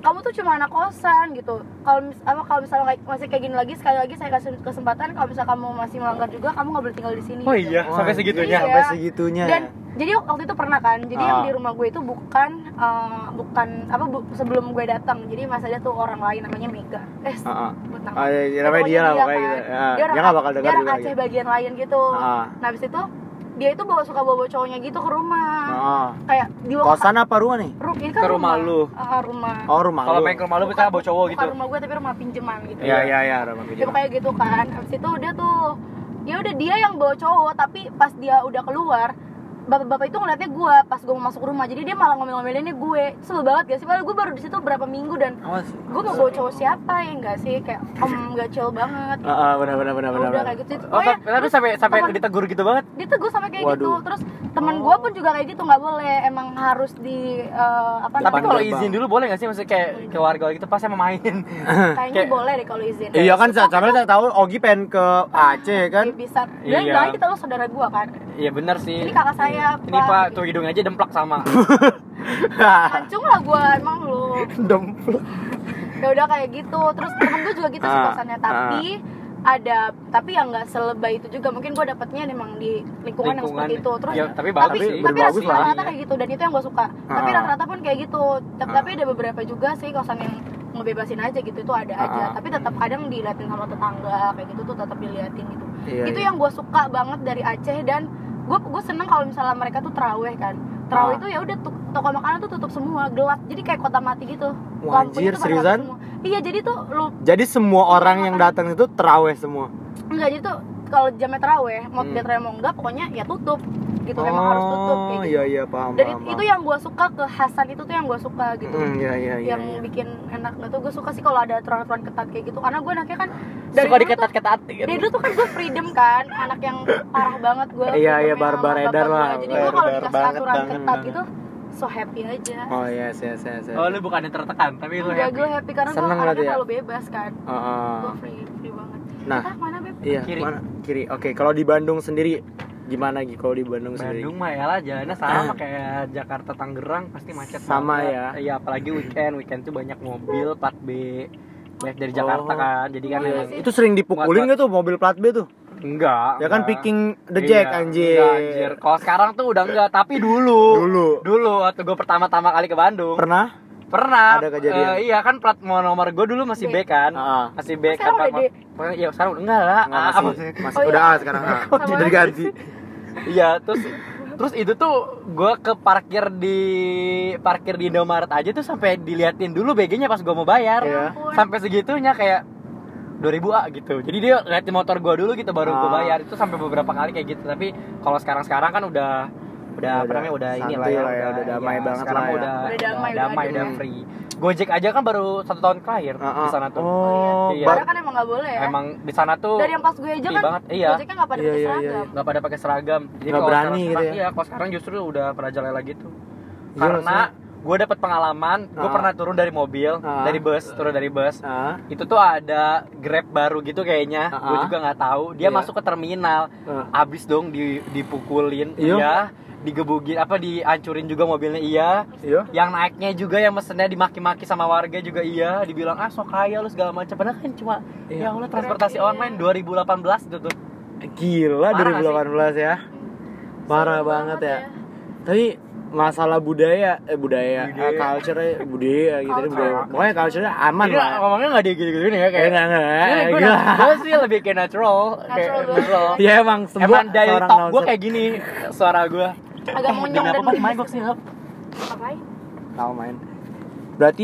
[SPEAKER 3] kamu tuh cuma anak kosan gitu. Kalau mis- apa kalau misalnya kayak- masih kayak gini lagi, sekali lagi saya kasih kesempatan, kalau misalnya kamu masih melanggar juga, kamu nggak boleh tinggal di sini.
[SPEAKER 2] Oh
[SPEAKER 3] gitu.
[SPEAKER 2] iya, sampai segitunya.
[SPEAKER 3] Iya.
[SPEAKER 1] Sampai segitunya.
[SPEAKER 3] Dan jadi waktu itu pernah kan, jadi yang
[SPEAKER 1] Ah.
[SPEAKER 3] di rumah gue itu bukan uh, bukan apa bu, sebelum gue datang, jadi masih ada tuh orang lain namanya Mega. Eh,
[SPEAKER 1] Ah, ah.
[SPEAKER 3] sebut nama.
[SPEAKER 1] Ah, iya,
[SPEAKER 3] Ya,
[SPEAKER 1] namanya
[SPEAKER 3] pokoknya
[SPEAKER 1] dia lah, pokoknya
[SPEAKER 3] kan.
[SPEAKER 1] gitu. Ah,
[SPEAKER 3] Dia orang
[SPEAKER 1] dia nggak bakal
[SPEAKER 3] dia
[SPEAKER 1] dengar
[SPEAKER 3] orang
[SPEAKER 1] juga
[SPEAKER 3] Aceh
[SPEAKER 1] gitu.
[SPEAKER 3] bagian lain gitu.
[SPEAKER 1] Ah.
[SPEAKER 3] Nah habis itu dia itu bawa suka bawa cowoknya gitu ke rumah.
[SPEAKER 1] Ah.
[SPEAKER 3] Kayak di
[SPEAKER 1] Kosan apa rumah nih?
[SPEAKER 3] Ru- ini kan
[SPEAKER 2] Ke rumah lu.
[SPEAKER 3] Ah, rumah.
[SPEAKER 1] Oh, rumah
[SPEAKER 2] Kalau
[SPEAKER 1] lu.
[SPEAKER 2] main ke rumah lu bisa bawa cowok
[SPEAKER 3] Bukan
[SPEAKER 2] gitu.
[SPEAKER 3] rumah gue tapi rumah pinjaman gitu.
[SPEAKER 1] Iya, iya, iya, rumah
[SPEAKER 3] Ya
[SPEAKER 1] pinjaman.
[SPEAKER 3] pokoknya gitu kan. Habis itu udah tuh, ya udah dia yang bawa cowok, tapi pas dia udah keluar, bapak-bapak itu ngeliatnya gue pas gue mau masuk rumah, jadi dia malah ngomel-ngomelinnya gue. Sebel banget gak sih? Padahal gue baru di situ berapa minggu dan
[SPEAKER 1] Awas.
[SPEAKER 3] gue mau bawa cowok siapa ya enggak sih? Kayak om gak chill banget.
[SPEAKER 1] Ah, ah, benar benar benar
[SPEAKER 3] Ya
[SPEAKER 1] benar.
[SPEAKER 3] udah kayak gitu.
[SPEAKER 2] Oh,
[SPEAKER 3] Pokoknya
[SPEAKER 2] tapi tapi sampai sampai
[SPEAKER 3] teman-
[SPEAKER 2] ditegur gitu banget.
[SPEAKER 3] dia tuh gue sampai kayak gitu.
[SPEAKER 1] Waduh.
[SPEAKER 3] Terus teman gue pun juga kayak gitu, nggak boleh. Emang harus di eh, apa
[SPEAKER 2] Tapi
[SPEAKER 1] Depan
[SPEAKER 2] kalau
[SPEAKER 1] gerbang.
[SPEAKER 2] izin dulu boleh nggak sih? Maksudnya kayak keluarga gitu pas emang main.
[SPEAKER 3] kayaknya
[SPEAKER 2] kayak-
[SPEAKER 3] boleh deh kalau izin.
[SPEAKER 1] Iya kan,
[SPEAKER 3] Tapi
[SPEAKER 1] sampai kita tahu Ogi pengen ke Aceh kan.
[SPEAKER 3] dia bisa.
[SPEAKER 2] Iya.
[SPEAKER 3] Dia bilang kita lo saudara gue kan.
[SPEAKER 2] Iya benar sih.
[SPEAKER 3] Ini kakak saya.
[SPEAKER 2] Ini Pak, tuh hidungnya aja demplak sama.
[SPEAKER 3] Mancung lah gue emang lu.
[SPEAKER 1] Demplok.
[SPEAKER 3] Ya udah kayak gitu. Terus temen gue juga gitu sih
[SPEAKER 1] Ah,
[SPEAKER 3] kosannya, tapi ada tapi yang nggak selebay itu juga. Mungkin gue dapetnya memang di lingkungan, yang
[SPEAKER 2] Lingkungan.
[SPEAKER 3] seperti itu. Terus
[SPEAKER 2] Ya, tapi bagus
[SPEAKER 3] tapi,
[SPEAKER 2] sih.
[SPEAKER 3] tapi
[SPEAKER 1] Bagus lah.
[SPEAKER 3] rata-rata kayak gitu, dan itu yang gue suka. Tapi
[SPEAKER 1] Ah.
[SPEAKER 3] rata-rata pun kayak gitu. Tapi,
[SPEAKER 1] Ah.
[SPEAKER 3] tapi ada beberapa juga sih kosan yang ngebebasin aja gitu, itu ada aja.
[SPEAKER 1] Ah.
[SPEAKER 3] Tapi tetap kadang diliatin sama tetangga kayak gitu tuh, tetap diliatin gitu.
[SPEAKER 1] Iya,
[SPEAKER 3] Itu
[SPEAKER 1] iya.
[SPEAKER 3] yang gue suka banget dari Aceh. Dan gue gue seneng kalau misalnya mereka tuh terawih kan. Terawih
[SPEAKER 1] Ah.
[SPEAKER 3] itu ya udah tuh, toko makanan tuh tutup semua, gelap. Jadi kayak kota mati gitu.
[SPEAKER 1] Wah,
[SPEAKER 3] Lampunya
[SPEAKER 1] anjir,
[SPEAKER 3] tuh pada mati
[SPEAKER 1] seriusan?
[SPEAKER 3] semua. Iya, jadi tuh lu
[SPEAKER 1] Jadi semua orang yang datang itu terawih semua.
[SPEAKER 3] enggak, jadi tuh kalau jamnya terawih, mau
[SPEAKER 1] Hmm.
[SPEAKER 3] dia terawih mau enggak, pokoknya ya tutup. Gitu, memang harus tutup kayak gitu.
[SPEAKER 1] Iya iya paham.
[SPEAKER 3] Dan
[SPEAKER 1] paham,
[SPEAKER 3] itu
[SPEAKER 1] paham.
[SPEAKER 3] yang gue suka, kekhasan itu tuh yang gue suka gitu.
[SPEAKER 1] Hmm, iya iya iya.
[SPEAKER 3] Yang
[SPEAKER 1] iya.
[SPEAKER 3] bikin enak nggak tuh, gue suka sih kalau ada aturan-aturan ketat kayak gitu, karena gue anaknya kan dari
[SPEAKER 2] Suka
[SPEAKER 3] dulu
[SPEAKER 2] diketat-ketatin.
[SPEAKER 3] tuh, dari dulu tuh kan gue freedom kan, anak yang parah banget gue.
[SPEAKER 1] Iya, iya,
[SPEAKER 3] freedomnya
[SPEAKER 1] barbar
[SPEAKER 3] sama
[SPEAKER 1] edar
[SPEAKER 3] bapak
[SPEAKER 1] lah,
[SPEAKER 3] gua. Jadi gue kalau
[SPEAKER 1] barbar
[SPEAKER 3] dikasih
[SPEAKER 1] banget,
[SPEAKER 3] aturan
[SPEAKER 1] banget,
[SPEAKER 3] ketat
[SPEAKER 1] banget.
[SPEAKER 3] gitu, so happy aja.
[SPEAKER 1] Oh yes yes yes. yes.
[SPEAKER 2] Oh, lu bukannya tertekan, tapi lu
[SPEAKER 3] Enggak,
[SPEAKER 2] happy.
[SPEAKER 3] gue happy karena gue
[SPEAKER 1] Seneng
[SPEAKER 3] anaknya
[SPEAKER 1] berarti ya?
[SPEAKER 3] terlalu bebas kan.
[SPEAKER 1] Ah, ah.
[SPEAKER 3] Gue free, free banget.
[SPEAKER 1] Nah.
[SPEAKER 3] Kita mana Beb?
[SPEAKER 1] Iya,
[SPEAKER 2] Kiri.
[SPEAKER 1] mana? Kiri. Oke, kalau di Bandung sendiri gimana Gi? Kalau di Bandung, sendiri?
[SPEAKER 2] Bandung mah ya lah jalannya sama kayak Jakarta Tangerang, pasti macet
[SPEAKER 1] Sama
[SPEAKER 2] banget.
[SPEAKER 1] ya.
[SPEAKER 2] Iya, apalagi weekend, weekend tuh banyak mobil plat B banyak dari Jakarta
[SPEAKER 1] Oh.
[SPEAKER 2] kan. Jadi kan
[SPEAKER 3] Iya
[SPEAKER 2] emang
[SPEAKER 3] sih.
[SPEAKER 1] Itu sering dipukulin
[SPEAKER 2] Buat-
[SPEAKER 1] gak tuh mobil plat B tuh?
[SPEAKER 2] enggak.
[SPEAKER 1] Ya kan
[SPEAKER 2] enggak.
[SPEAKER 1] picking the jack
[SPEAKER 2] Iya,
[SPEAKER 1] anjir.
[SPEAKER 2] enggak, anjir. Kalau sekarang tuh udah enggak, tapi dulu.
[SPEAKER 1] Dulu.
[SPEAKER 2] Dulu waktu gue pertama-tama kali ke Bandung.
[SPEAKER 1] Pernah?
[SPEAKER 2] Pernah.
[SPEAKER 1] Ada kejadian?
[SPEAKER 2] Eh, iya kan plat nomor gue dulu masih B,
[SPEAKER 3] B.
[SPEAKER 2] kan.
[SPEAKER 1] Ah.
[SPEAKER 2] Masih B
[SPEAKER 3] Sekarang
[SPEAKER 2] kan.
[SPEAKER 3] udah
[SPEAKER 2] plat- Pokoknya iya sekarang udah enggak lah.
[SPEAKER 1] Nggak,
[SPEAKER 2] Ah,
[SPEAKER 1] masih,
[SPEAKER 2] maksudnya.
[SPEAKER 1] masih
[SPEAKER 3] Oh,
[SPEAKER 1] udah
[SPEAKER 3] iya.
[SPEAKER 1] ah, sekarang ah.
[SPEAKER 3] Sama
[SPEAKER 1] Udah
[SPEAKER 3] lagi.
[SPEAKER 1] diganti.
[SPEAKER 2] Iya, terus terus itu tuh gue ke parkir di parkir di Indomaret aja tuh sampai diliatin dulu B G-nya pas gue mau bayar.
[SPEAKER 1] Iya.
[SPEAKER 3] ampun.
[SPEAKER 2] Sampai segitunya kayak dua ribu ah gitu. Jadi dia liatin motor gue dulu gitu baru gue
[SPEAKER 1] Ah.
[SPEAKER 2] bayar. Itu sampai beberapa kali kayak gitu. Tapi kalau sekarang-sekarang kan udah udah apa
[SPEAKER 1] Udah
[SPEAKER 2] namanya udah ini lah
[SPEAKER 1] santuy
[SPEAKER 2] ya,
[SPEAKER 1] lah ya, udah damai
[SPEAKER 2] iya,
[SPEAKER 1] banget
[SPEAKER 2] sekarang
[SPEAKER 1] lah ya.
[SPEAKER 2] udah
[SPEAKER 3] Udah damai,
[SPEAKER 2] udah,
[SPEAKER 3] udah
[SPEAKER 2] udah
[SPEAKER 3] adem.
[SPEAKER 2] free. Gojek aja kan baru satu tahun terakhir
[SPEAKER 1] Ah,
[SPEAKER 2] di
[SPEAKER 1] ah.
[SPEAKER 2] sana tuh.
[SPEAKER 1] Oh,
[SPEAKER 2] Iya.
[SPEAKER 1] bar-
[SPEAKER 3] Karena kan emang nggak boleh ya.
[SPEAKER 2] Emang di sana tuh
[SPEAKER 3] Dari yang pas gue aja
[SPEAKER 2] sepi
[SPEAKER 3] kan,
[SPEAKER 2] banget. Iya.
[SPEAKER 3] Gojeknya nggak pada
[SPEAKER 1] Iya,
[SPEAKER 3] pakai
[SPEAKER 1] iya, iya.
[SPEAKER 3] seragam.
[SPEAKER 2] nggak pada pakai seragam. Jadi
[SPEAKER 1] Nggak
[SPEAKER 2] kalau
[SPEAKER 1] berani
[SPEAKER 2] sekarang-
[SPEAKER 1] gitu ya?
[SPEAKER 2] Iya, kalau sekarang justru udah merajalela gitu.
[SPEAKER 1] Iya,
[SPEAKER 2] Karena gue dapet pengalaman, gue
[SPEAKER 1] Ah.
[SPEAKER 2] pernah turun dari mobil,
[SPEAKER 1] Ah.
[SPEAKER 2] dari bus, turun dari bus.
[SPEAKER 1] Ah.
[SPEAKER 2] Itu tuh ada Grab baru gitu kayaknya.
[SPEAKER 1] Ah.
[SPEAKER 2] Gue juga nggak tahu. Dia
[SPEAKER 1] Iya.
[SPEAKER 2] masuk ke terminal,
[SPEAKER 1] Ah.
[SPEAKER 2] abis dong di, dipukulin,
[SPEAKER 1] Iya.
[SPEAKER 2] iya, digebugin, apa dihancurin juga mobilnya, iya.
[SPEAKER 1] Iya.
[SPEAKER 2] Yang naiknya juga yang mesennya dimaki-maki sama warga juga iya, dibilang ah sok kaya lu segala macam. Padahal kan cuma
[SPEAKER 1] Iya.
[SPEAKER 2] ya Allah transportasi
[SPEAKER 3] Iya.
[SPEAKER 2] online dua ribu delapan belas itu tuh.
[SPEAKER 1] Gila
[SPEAKER 2] Parah
[SPEAKER 1] dua ribu delapan belas ya. Parah
[SPEAKER 3] Seru
[SPEAKER 1] banget ya.
[SPEAKER 3] ya.
[SPEAKER 1] Tapi masalah budaya eh budaya,
[SPEAKER 2] Budaya.
[SPEAKER 1] eh, culture budaya gitu
[SPEAKER 3] Culture.
[SPEAKER 1] budaya. Pokoknya culture-nya aman
[SPEAKER 2] Jadi
[SPEAKER 1] lah.
[SPEAKER 2] ngomongnya nggak dia gitu-gitu nih ya
[SPEAKER 1] Kayak
[SPEAKER 2] kayak.
[SPEAKER 1] enggak enggak.
[SPEAKER 2] Gue
[SPEAKER 1] Gila.
[SPEAKER 2] gue sih lebih kayak natural, kayak
[SPEAKER 3] Natural banget.
[SPEAKER 2] natural.
[SPEAKER 1] Ya emang semua
[SPEAKER 2] Emang daily
[SPEAKER 1] seorang
[SPEAKER 2] talk gue
[SPEAKER 1] announcer.
[SPEAKER 2] kayak gini suara gue.
[SPEAKER 3] Agak monyong dan
[SPEAKER 2] main box nih.
[SPEAKER 3] Ngapain?
[SPEAKER 1] tahu main. Berarti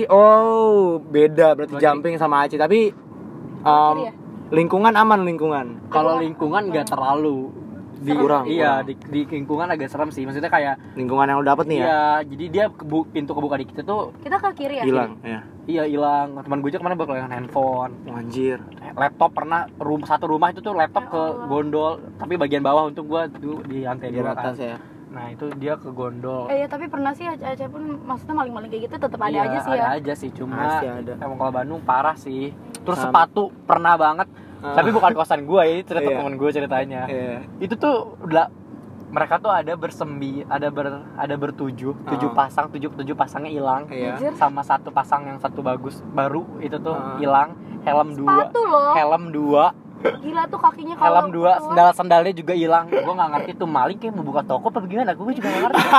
[SPEAKER 1] oh beda berarti
[SPEAKER 2] Berarti-
[SPEAKER 1] jumping sama Aci tapi um,
[SPEAKER 3] Kiri ya?
[SPEAKER 1] lingkungan aman lingkungan.
[SPEAKER 2] Kalau lingkungan nggak terlalu di
[SPEAKER 1] Kurang,
[SPEAKER 2] iya
[SPEAKER 1] kurang.
[SPEAKER 2] di, di lingkungan agak serem sih. Maksudnya kayak
[SPEAKER 1] Lingkungan yang lo dapet nih ya
[SPEAKER 2] iya, jadi dia kebu, pintu kebuka di kita tuh
[SPEAKER 3] Kita ke kiri ya?
[SPEAKER 1] hilang ya.
[SPEAKER 2] iya hilang. Teman gue juga kemana bawa kehilangan handphone,
[SPEAKER 1] Oh, anjir.
[SPEAKER 2] laptop pernah rum satu rumah itu tuh laptop
[SPEAKER 3] Ya
[SPEAKER 2] ke
[SPEAKER 3] Allah.
[SPEAKER 2] gondol, tapi bagian bawah untuk gue tuh di lantai
[SPEAKER 1] Di
[SPEAKER 2] dua
[SPEAKER 1] atas
[SPEAKER 2] kan.
[SPEAKER 1] ya.
[SPEAKER 2] Nah itu dia ke gondol.
[SPEAKER 3] Eh ya, tapi pernah sih Aceh pun maksudnya maling-maling kayak gitu tetap ada
[SPEAKER 2] Iya,
[SPEAKER 3] aja sih
[SPEAKER 2] ada
[SPEAKER 3] ya.
[SPEAKER 2] aja sih, cuma
[SPEAKER 1] Pasti ada.
[SPEAKER 2] emang kalau Bandung parah sih. Terus
[SPEAKER 1] Sama.
[SPEAKER 2] sepatu pernah banget.
[SPEAKER 1] Ah.
[SPEAKER 2] Tapi bukan kosan gue, ini cerita
[SPEAKER 1] Iya.
[SPEAKER 2] temen gue ceritanya.
[SPEAKER 1] Iya.
[SPEAKER 2] Itu tuh udah mereka tuh ada bersembi, ada ber ada bertujuh, tujuh
[SPEAKER 1] Uh.
[SPEAKER 2] pasang, tujuh tujuh pasangnya hilang.
[SPEAKER 1] Iya.
[SPEAKER 3] Anjir.
[SPEAKER 2] Sama satu pasang yang satu bagus baru itu tuh
[SPEAKER 1] Uh.
[SPEAKER 2] hilang. Helm dua,
[SPEAKER 3] Sepatu loh.
[SPEAKER 2] helm dua,
[SPEAKER 3] Gila tuh kakinya kalau
[SPEAKER 2] helm dua,
[SPEAKER 3] keluar.
[SPEAKER 2] sendal-sandalnya juga hilang. Gue nggak ngerti tuh maling kayak mau buka toko apa gimana? Gue juga nggak ngerti.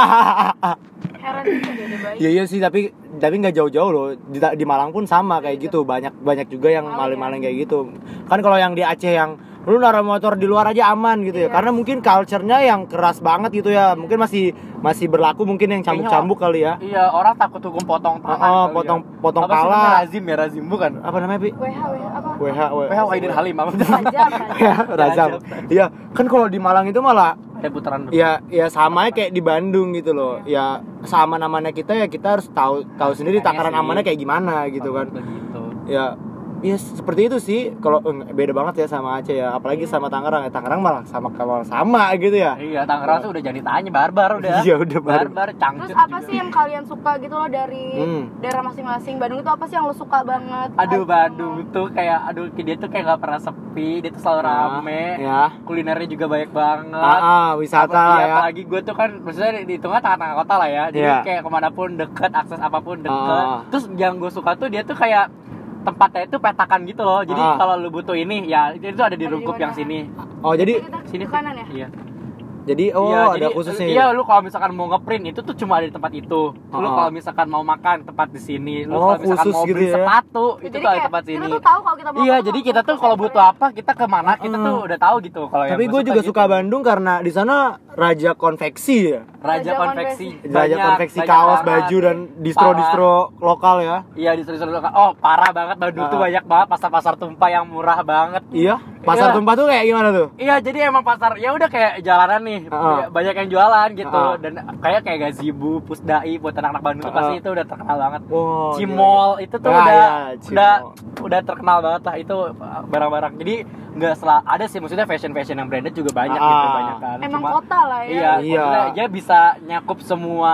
[SPEAKER 3] Heran juga dia ada bayi.
[SPEAKER 1] Iya iya sih, tapi tapi nggak jauh-jauh loh. Di, di Malang pun sama kayak gitu. Banyak banyak juga yang
[SPEAKER 3] Maling
[SPEAKER 1] maling-maling kayak gitu. Kan kalau yang di Aceh yang lu naruh motor di luar aja aman gitu ya.
[SPEAKER 3] Iya.
[SPEAKER 1] Karena mungkin culture-nya yang keras banget gitu ya. Mungkin masih masih berlaku mungkin yang cambuk-cambuk kali ya.
[SPEAKER 2] Iya, orang takut hukum potong tangan.
[SPEAKER 1] Oh,
[SPEAKER 2] kali
[SPEAKER 1] potong
[SPEAKER 2] ya.
[SPEAKER 1] potong
[SPEAKER 2] Apa sih
[SPEAKER 1] pala.
[SPEAKER 2] namanya? Razim ya, Razim bukan?
[SPEAKER 1] Apa namanya, Pi?
[SPEAKER 3] W H W H apa?
[SPEAKER 1] W H W.
[SPEAKER 2] W H Aidil Halim apa?
[SPEAKER 3] Pajak.
[SPEAKER 1] Ya, Razam. Iya, kan kalau di Malang itu malah
[SPEAKER 2] Ada putaran dulu.
[SPEAKER 1] ya ya sama kayak di Bandung gitu loh. Ya sama namanya kita ya kita harus tahu tahu sendiri
[SPEAKER 2] Makanya
[SPEAKER 1] takaran
[SPEAKER 2] sih.
[SPEAKER 1] amannya kayak gimana gitu kan.
[SPEAKER 2] Begitu.
[SPEAKER 1] Ya ya seperti itu sih. Kalau eh, beda banget ya sama Aceh ya, apalagi sama Tangerang ya. Tangerang malah sama kalau sama gitu ya.
[SPEAKER 2] Iya, Tangerang tuh udah jadi tanya barbar udah.
[SPEAKER 1] Iya, udah barbar.
[SPEAKER 2] barbar, cangcut.
[SPEAKER 3] Terus apa
[SPEAKER 2] juga.
[SPEAKER 3] sih yang kalian suka gitu loh dari
[SPEAKER 1] Hmm.
[SPEAKER 3] daerah masing-masing? Bandung itu apa sih yang lo suka banget?
[SPEAKER 2] Aduh,
[SPEAKER 3] Ayo,
[SPEAKER 2] Bandung tuh kayak aduh dia tuh kayak nggak pernah sepi, dia tuh selalu rame.
[SPEAKER 1] Ya.
[SPEAKER 2] Kulinernya juga banyak banget.
[SPEAKER 1] Ah, ah, wisata
[SPEAKER 2] Apa-
[SPEAKER 1] lah
[SPEAKER 2] iya,
[SPEAKER 1] ya.
[SPEAKER 2] Apalagi gue tuh kan maksudnya di tengah tengah-tengah kota lah ya. Jadi
[SPEAKER 1] Iya.
[SPEAKER 2] kayak kemanapun deket, akses apapun deket.
[SPEAKER 1] Ah.
[SPEAKER 2] Terus yang gue suka tuh dia tuh kayak tempatnya itu petakan gitu loh. Jadi
[SPEAKER 1] Ah.
[SPEAKER 2] kalau lu butuh ini ya itu, itu ada di
[SPEAKER 3] Ada di
[SPEAKER 2] rungkup
[SPEAKER 3] mana?
[SPEAKER 2] yang sini.
[SPEAKER 1] Oh, jadi
[SPEAKER 3] Kita
[SPEAKER 2] Sini
[SPEAKER 3] ke kanan ya?
[SPEAKER 2] Iya.
[SPEAKER 1] jadi oh
[SPEAKER 2] Iya,
[SPEAKER 1] ada
[SPEAKER 2] jadi,
[SPEAKER 1] khususnya.
[SPEAKER 2] Iya,
[SPEAKER 1] ya?
[SPEAKER 2] lu kalau misalkan mau ngeprint itu tuh cuma ada di tempat itu. Lu
[SPEAKER 1] Oh.
[SPEAKER 2] kalau misalkan mau makan tempat di sini. Lu
[SPEAKER 1] Oh,
[SPEAKER 2] kalau misalkan
[SPEAKER 1] khusus
[SPEAKER 2] mau
[SPEAKER 1] gitu
[SPEAKER 2] beli
[SPEAKER 1] ya?
[SPEAKER 2] sepatu itu
[SPEAKER 3] Jadi
[SPEAKER 2] tuh ada
[SPEAKER 3] kayak
[SPEAKER 2] tempat sini.
[SPEAKER 3] kita tuh tahu kalau kita mau
[SPEAKER 2] Iya,
[SPEAKER 3] apa,
[SPEAKER 2] jadi
[SPEAKER 3] mau
[SPEAKER 2] kita
[SPEAKER 3] ke
[SPEAKER 2] tuh kalau
[SPEAKER 3] center
[SPEAKER 2] butuh
[SPEAKER 3] ya.
[SPEAKER 2] apa kita kemana kita tuh
[SPEAKER 1] Hmm.
[SPEAKER 2] udah tahu gitu. Kalau yang
[SPEAKER 1] Tapi
[SPEAKER 2] gua
[SPEAKER 1] gue juga
[SPEAKER 2] gitu.
[SPEAKER 1] suka Bandung karena di sana raja konveksi ya.
[SPEAKER 2] Raja
[SPEAKER 3] Raja
[SPEAKER 2] konveksi.
[SPEAKER 3] konveksi.
[SPEAKER 1] Raja
[SPEAKER 2] Banyak,
[SPEAKER 1] konveksi
[SPEAKER 2] banyak
[SPEAKER 1] kaos,
[SPEAKER 2] banget.
[SPEAKER 1] baju dan distro-distro lokal ya.
[SPEAKER 2] Iya, di seluruh seluruh Oh, parah banget Bandung tuh
[SPEAKER 1] Ah.
[SPEAKER 2] banyak banget pasar-pasar tumpah yang murah banget.
[SPEAKER 1] Iya. Pasar
[SPEAKER 2] Iya.
[SPEAKER 1] tumpah tuh kayak gimana tuh?
[SPEAKER 2] Iya, jadi emang pasar ya udah kayak jalanan nih,
[SPEAKER 1] Ah.
[SPEAKER 2] banyak yang jualan gitu
[SPEAKER 1] Ah.
[SPEAKER 2] dan kayak kayak Gazebo, Pusdai buat anak-anak Bandung tuh
[SPEAKER 1] Ah.
[SPEAKER 2] pasti itu udah terkenal banget.
[SPEAKER 1] Oh,
[SPEAKER 2] Cimol itu tuh
[SPEAKER 1] Ah,
[SPEAKER 2] udah
[SPEAKER 1] iya,
[SPEAKER 2] udah
[SPEAKER 1] Cimol.
[SPEAKER 2] udah terkenal banget lah itu uh, barang-barang. Jadi nggak salah ada sih maksudnya fashion-fashion yang branded juga banyak
[SPEAKER 1] Ah.
[SPEAKER 2] gitu banyak kan.
[SPEAKER 3] Emang
[SPEAKER 2] Cuma-
[SPEAKER 3] kota lah ya.
[SPEAKER 2] Iya,
[SPEAKER 1] Iya.
[SPEAKER 2] maksudnya dia bisa nyakup semua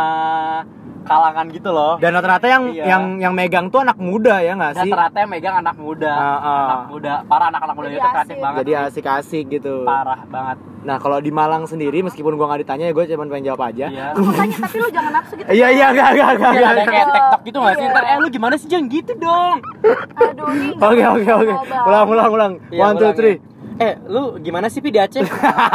[SPEAKER 2] kalangan gitu loh.
[SPEAKER 1] Dan rata-rata yang
[SPEAKER 2] Iya.
[SPEAKER 1] yang yang megang tuh anak muda ya nggak
[SPEAKER 2] Dan
[SPEAKER 1] sih?
[SPEAKER 2] ternyata yang megang anak muda,
[SPEAKER 1] Ah, ah.
[SPEAKER 2] anak muda, para anak-anak muda
[SPEAKER 3] Jadi
[SPEAKER 2] itu kreatif
[SPEAKER 3] asik.
[SPEAKER 2] banget.
[SPEAKER 1] Jadi asik-asik gitu.
[SPEAKER 2] Parah banget.
[SPEAKER 1] Nah kalau di Malang sendiri meskipun gua nggak ditanya ya gue cuma pengen jawab aja.
[SPEAKER 2] Iya.
[SPEAKER 3] Aku tanya tapi lu jangan nafsu gitu.
[SPEAKER 1] Iya iya gak gak gak.
[SPEAKER 2] Iya, ada kayak TikTok gitu nggak sih?
[SPEAKER 3] Iya.
[SPEAKER 2] Ntar, eh lu gimana sih jangan gitu dong.
[SPEAKER 3] Aduh, ini nggak
[SPEAKER 1] Oke oke
[SPEAKER 3] mau
[SPEAKER 1] oke.
[SPEAKER 3] banget.
[SPEAKER 1] Ulang ulang ulang.
[SPEAKER 2] Iya,
[SPEAKER 1] One two
[SPEAKER 2] ulang,
[SPEAKER 1] three.
[SPEAKER 2] ya. Eh, lu gimana sih Pi di Aceh?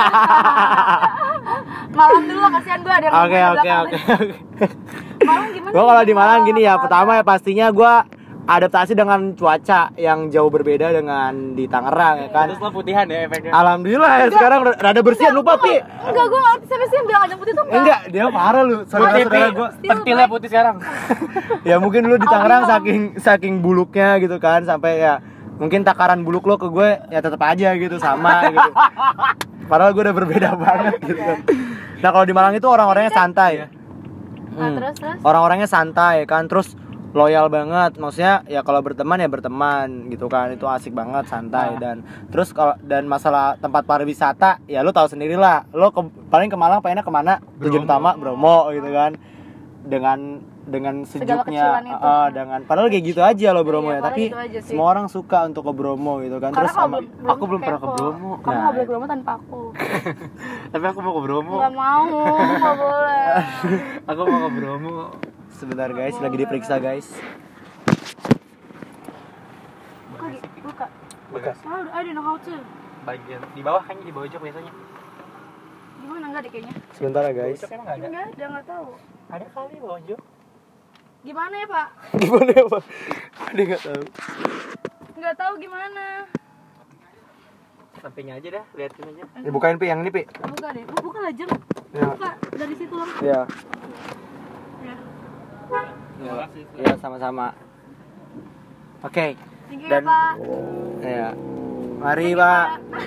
[SPEAKER 3] Malam dulu lah, kasihan gue ada yang
[SPEAKER 1] Oke
[SPEAKER 3] ngomong di
[SPEAKER 1] oke
[SPEAKER 3] belakang.
[SPEAKER 1] oke.
[SPEAKER 3] Malam gimana?
[SPEAKER 1] Gue kalau di Malang gini ya,
[SPEAKER 3] Malam.
[SPEAKER 1] pertama ya pastinya gue adaptasi dengan cuaca yang jauh berbeda dengan di Tangerang ya kan.
[SPEAKER 2] Terus lo putihan ya efeknya.
[SPEAKER 1] Alhamdulillah ya sekarang rada bersihan lupa Pi.
[SPEAKER 3] Enggak, gue ngerti sampai sih yang bilang ada putih tuh enggak.
[SPEAKER 1] Enggak, dia parah lu. Saudara-saudara gue.
[SPEAKER 2] Pentilnya putih sekarang.
[SPEAKER 1] Ya mungkin lu di
[SPEAKER 3] Oh,
[SPEAKER 1] Tangerang
[SPEAKER 3] iya.
[SPEAKER 1] saking saking buluknya gitu kan sampai ya mungkin takaran buluk lo ke gue ya tetap aja gitu sama gitu. Padahal gue udah berbeda banget gitu. Nah kalau di Malang itu orang-orangnya santai.
[SPEAKER 3] Nah,
[SPEAKER 1] Hmm.
[SPEAKER 3] terus terus.
[SPEAKER 1] Orang-orangnya santai kan, terus loyal banget. Maksudnya ya kalau berteman ya berteman gitu kan, itu asik banget, santai.
[SPEAKER 2] Nah.
[SPEAKER 1] Dan terus kalau dan masalah tempat pariwisata ya lu tahu sendiri lah. Lo ke, paling ke Malang pengennya kemana? Tujuan
[SPEAKER 2] Bromo.
[SPEAKER 1] utama Bromo gitu kan. Dengan dengan
[SPEAKER 3] Segala
[SPEAKER 1] sejuknya,
[SPEAKER 3] kecilan itu.
[SPEAKER 1] eh, dengan padahal kayak gitu aja lo Bromo
[SPEAKER 3] Iya,
[SPEAKER 1] ya.
[SPEAKER 3] padahal
[SPEAKER 1] Tapi
[SPEAKER 3] gitu aja sih.
[SPEAKER 1] semua orang suka untuk ke Bromo gitu kan.
[SPEAKER 3] Karena
[SPEAKER 1] Terus
[SPEAKER 3] kalau
[SPEAKER 1] sama
[SPEAKER 3] belum,
[SPEAKER 2] aku belum pernah ke
[SPEAKER 3] kepo.
[SPEAKER 2] Bromo.
[SPEAKER 3] Kamu
[SPEAKER 1] Nah.
[SPEAKER 3] nggak boleh ke Bromo tanpa aku.
[SPEAKER 2] Tapi aku mau ke Bromo.
[SPEAKER 3] Nggak mau, nggak boleh.
[SPEAKER 2] Aku mau ke Bromo.
[SPEAKER 1] sebentar guys, lagi diperiksa guys.
[SPEAKER 3] Buka, Gi. buka.
[SPEAKER 2] Buka.
[SPEAKER 3] Ah, udah ada knockout tuh.
[SPEAKER 2] Bagian di bawah kayaknya di bawah jok biasanya.
[SPEAKER 3] Gimana enggak deh kayaknya?
[SPEAKER 1] Sebentar ya guys.
[SPEAKER 2] Jok emang nggak ada.
[SPEAKER 3] Enggak, udah nggak tahu.
[SPEAKER 2] Ada kali bawah jok.
[SPEAKER 3] Gimana ya Pak?
[SPEAKER 1] Gimana ya Pak? Dia nggak tahu.
[SPEAKER 3] Nggak tahu gimana.
[SPEAKER 2] Sampingnya aja dah, liatin aja.
[SPEAKER 1] Ya, bukain Pi yang ini Pi.
[SPEAKER 3] Buka deh, oh, buka lah jam.
[SPEAKER 1] Ya.
[SPEAKER 3] Buka dari situ langsung.
[SPEAKER 1] Ya.
[SPEAKER 3] Ya.
[SPEAKER 1] Ya, ya sama-sama. Oke.
[SPEAKER 3] Thank you
[SPEAKER 1] Dan-
[SPEAKER 3] ya Pak.
[SPEAKER 1] Ya. Mari Pak.